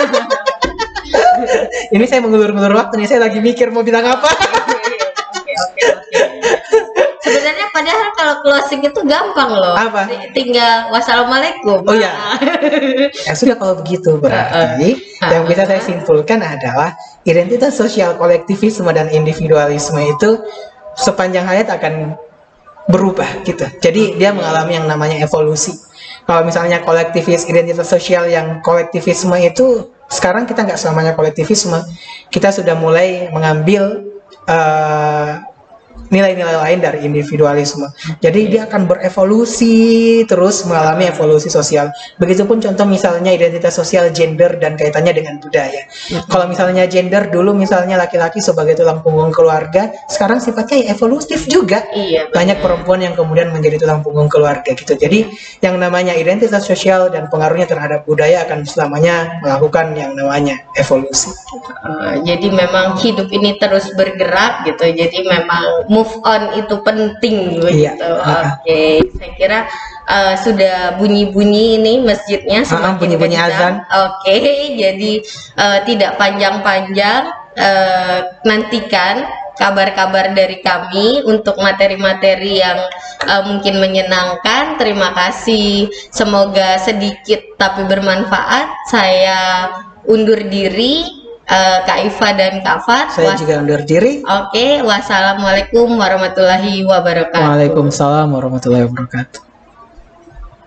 Ini saya mengulur-ngulur waktu nih, saya lagi mikir mau bilang apa. Oke. Sebenarnya padahal kalau closing itu gampang loh. Apa? Tinggal wassalamualaikum. Oh ya. Ya sudah kalau begitu berarti yang bisa saya simpulkan adalah identitas sosial kolektivisme dan individualisme itu sepanjang hayat akan berubah gitu. Jadi dia mengalami yang namanya evolusi. Kalau misalnya kolektivis, identitas sosial yang kolektivisme itu sekarang kita nggak selamanya kolektivisme. Kita sudah mulai mengambil nilai-nilai lain dari individualisme. Jadi dia akan berevolusi terus mengalami evolusi sosial. Begitupun contoh misalnya identitas sosial gender dan kaitannya dengan budaya. Kalau misalnya gender dulu misalnya laki-laki sebagai tulang punggung keluarga, sekarang sifatnya evolutif juga. Iya, banyak perempuan yang kemudian menjadi tulang punggung keluarga gitu. Jadi yang namanya identitas sosial dan pengaruhnya terhadap budaya akan selamanya melakukan yang namanya evolusi. Jadi memang hidup ini terus bergerak gitu. Jadi memang move on itu penting gitu. Oke, saya kira sudah bunyi-bunyi ini masjidnya semakin bunyi-bunyi azan. Oke, jadi tidak panjang-panjang, nantikan kabar-kabar dari kami untuk materi-materi yang mungkin menyenangkan. Terima kasih, semoga sedikit tapi bermanfaat. Saya undur diri. Kak Iva dan Kak Fat. Saya juga undur diri. Oke, wassalamualaikum warahmatullahi wabarakatuh. Waalaikumsalam warahmatullahi wabarakatuh.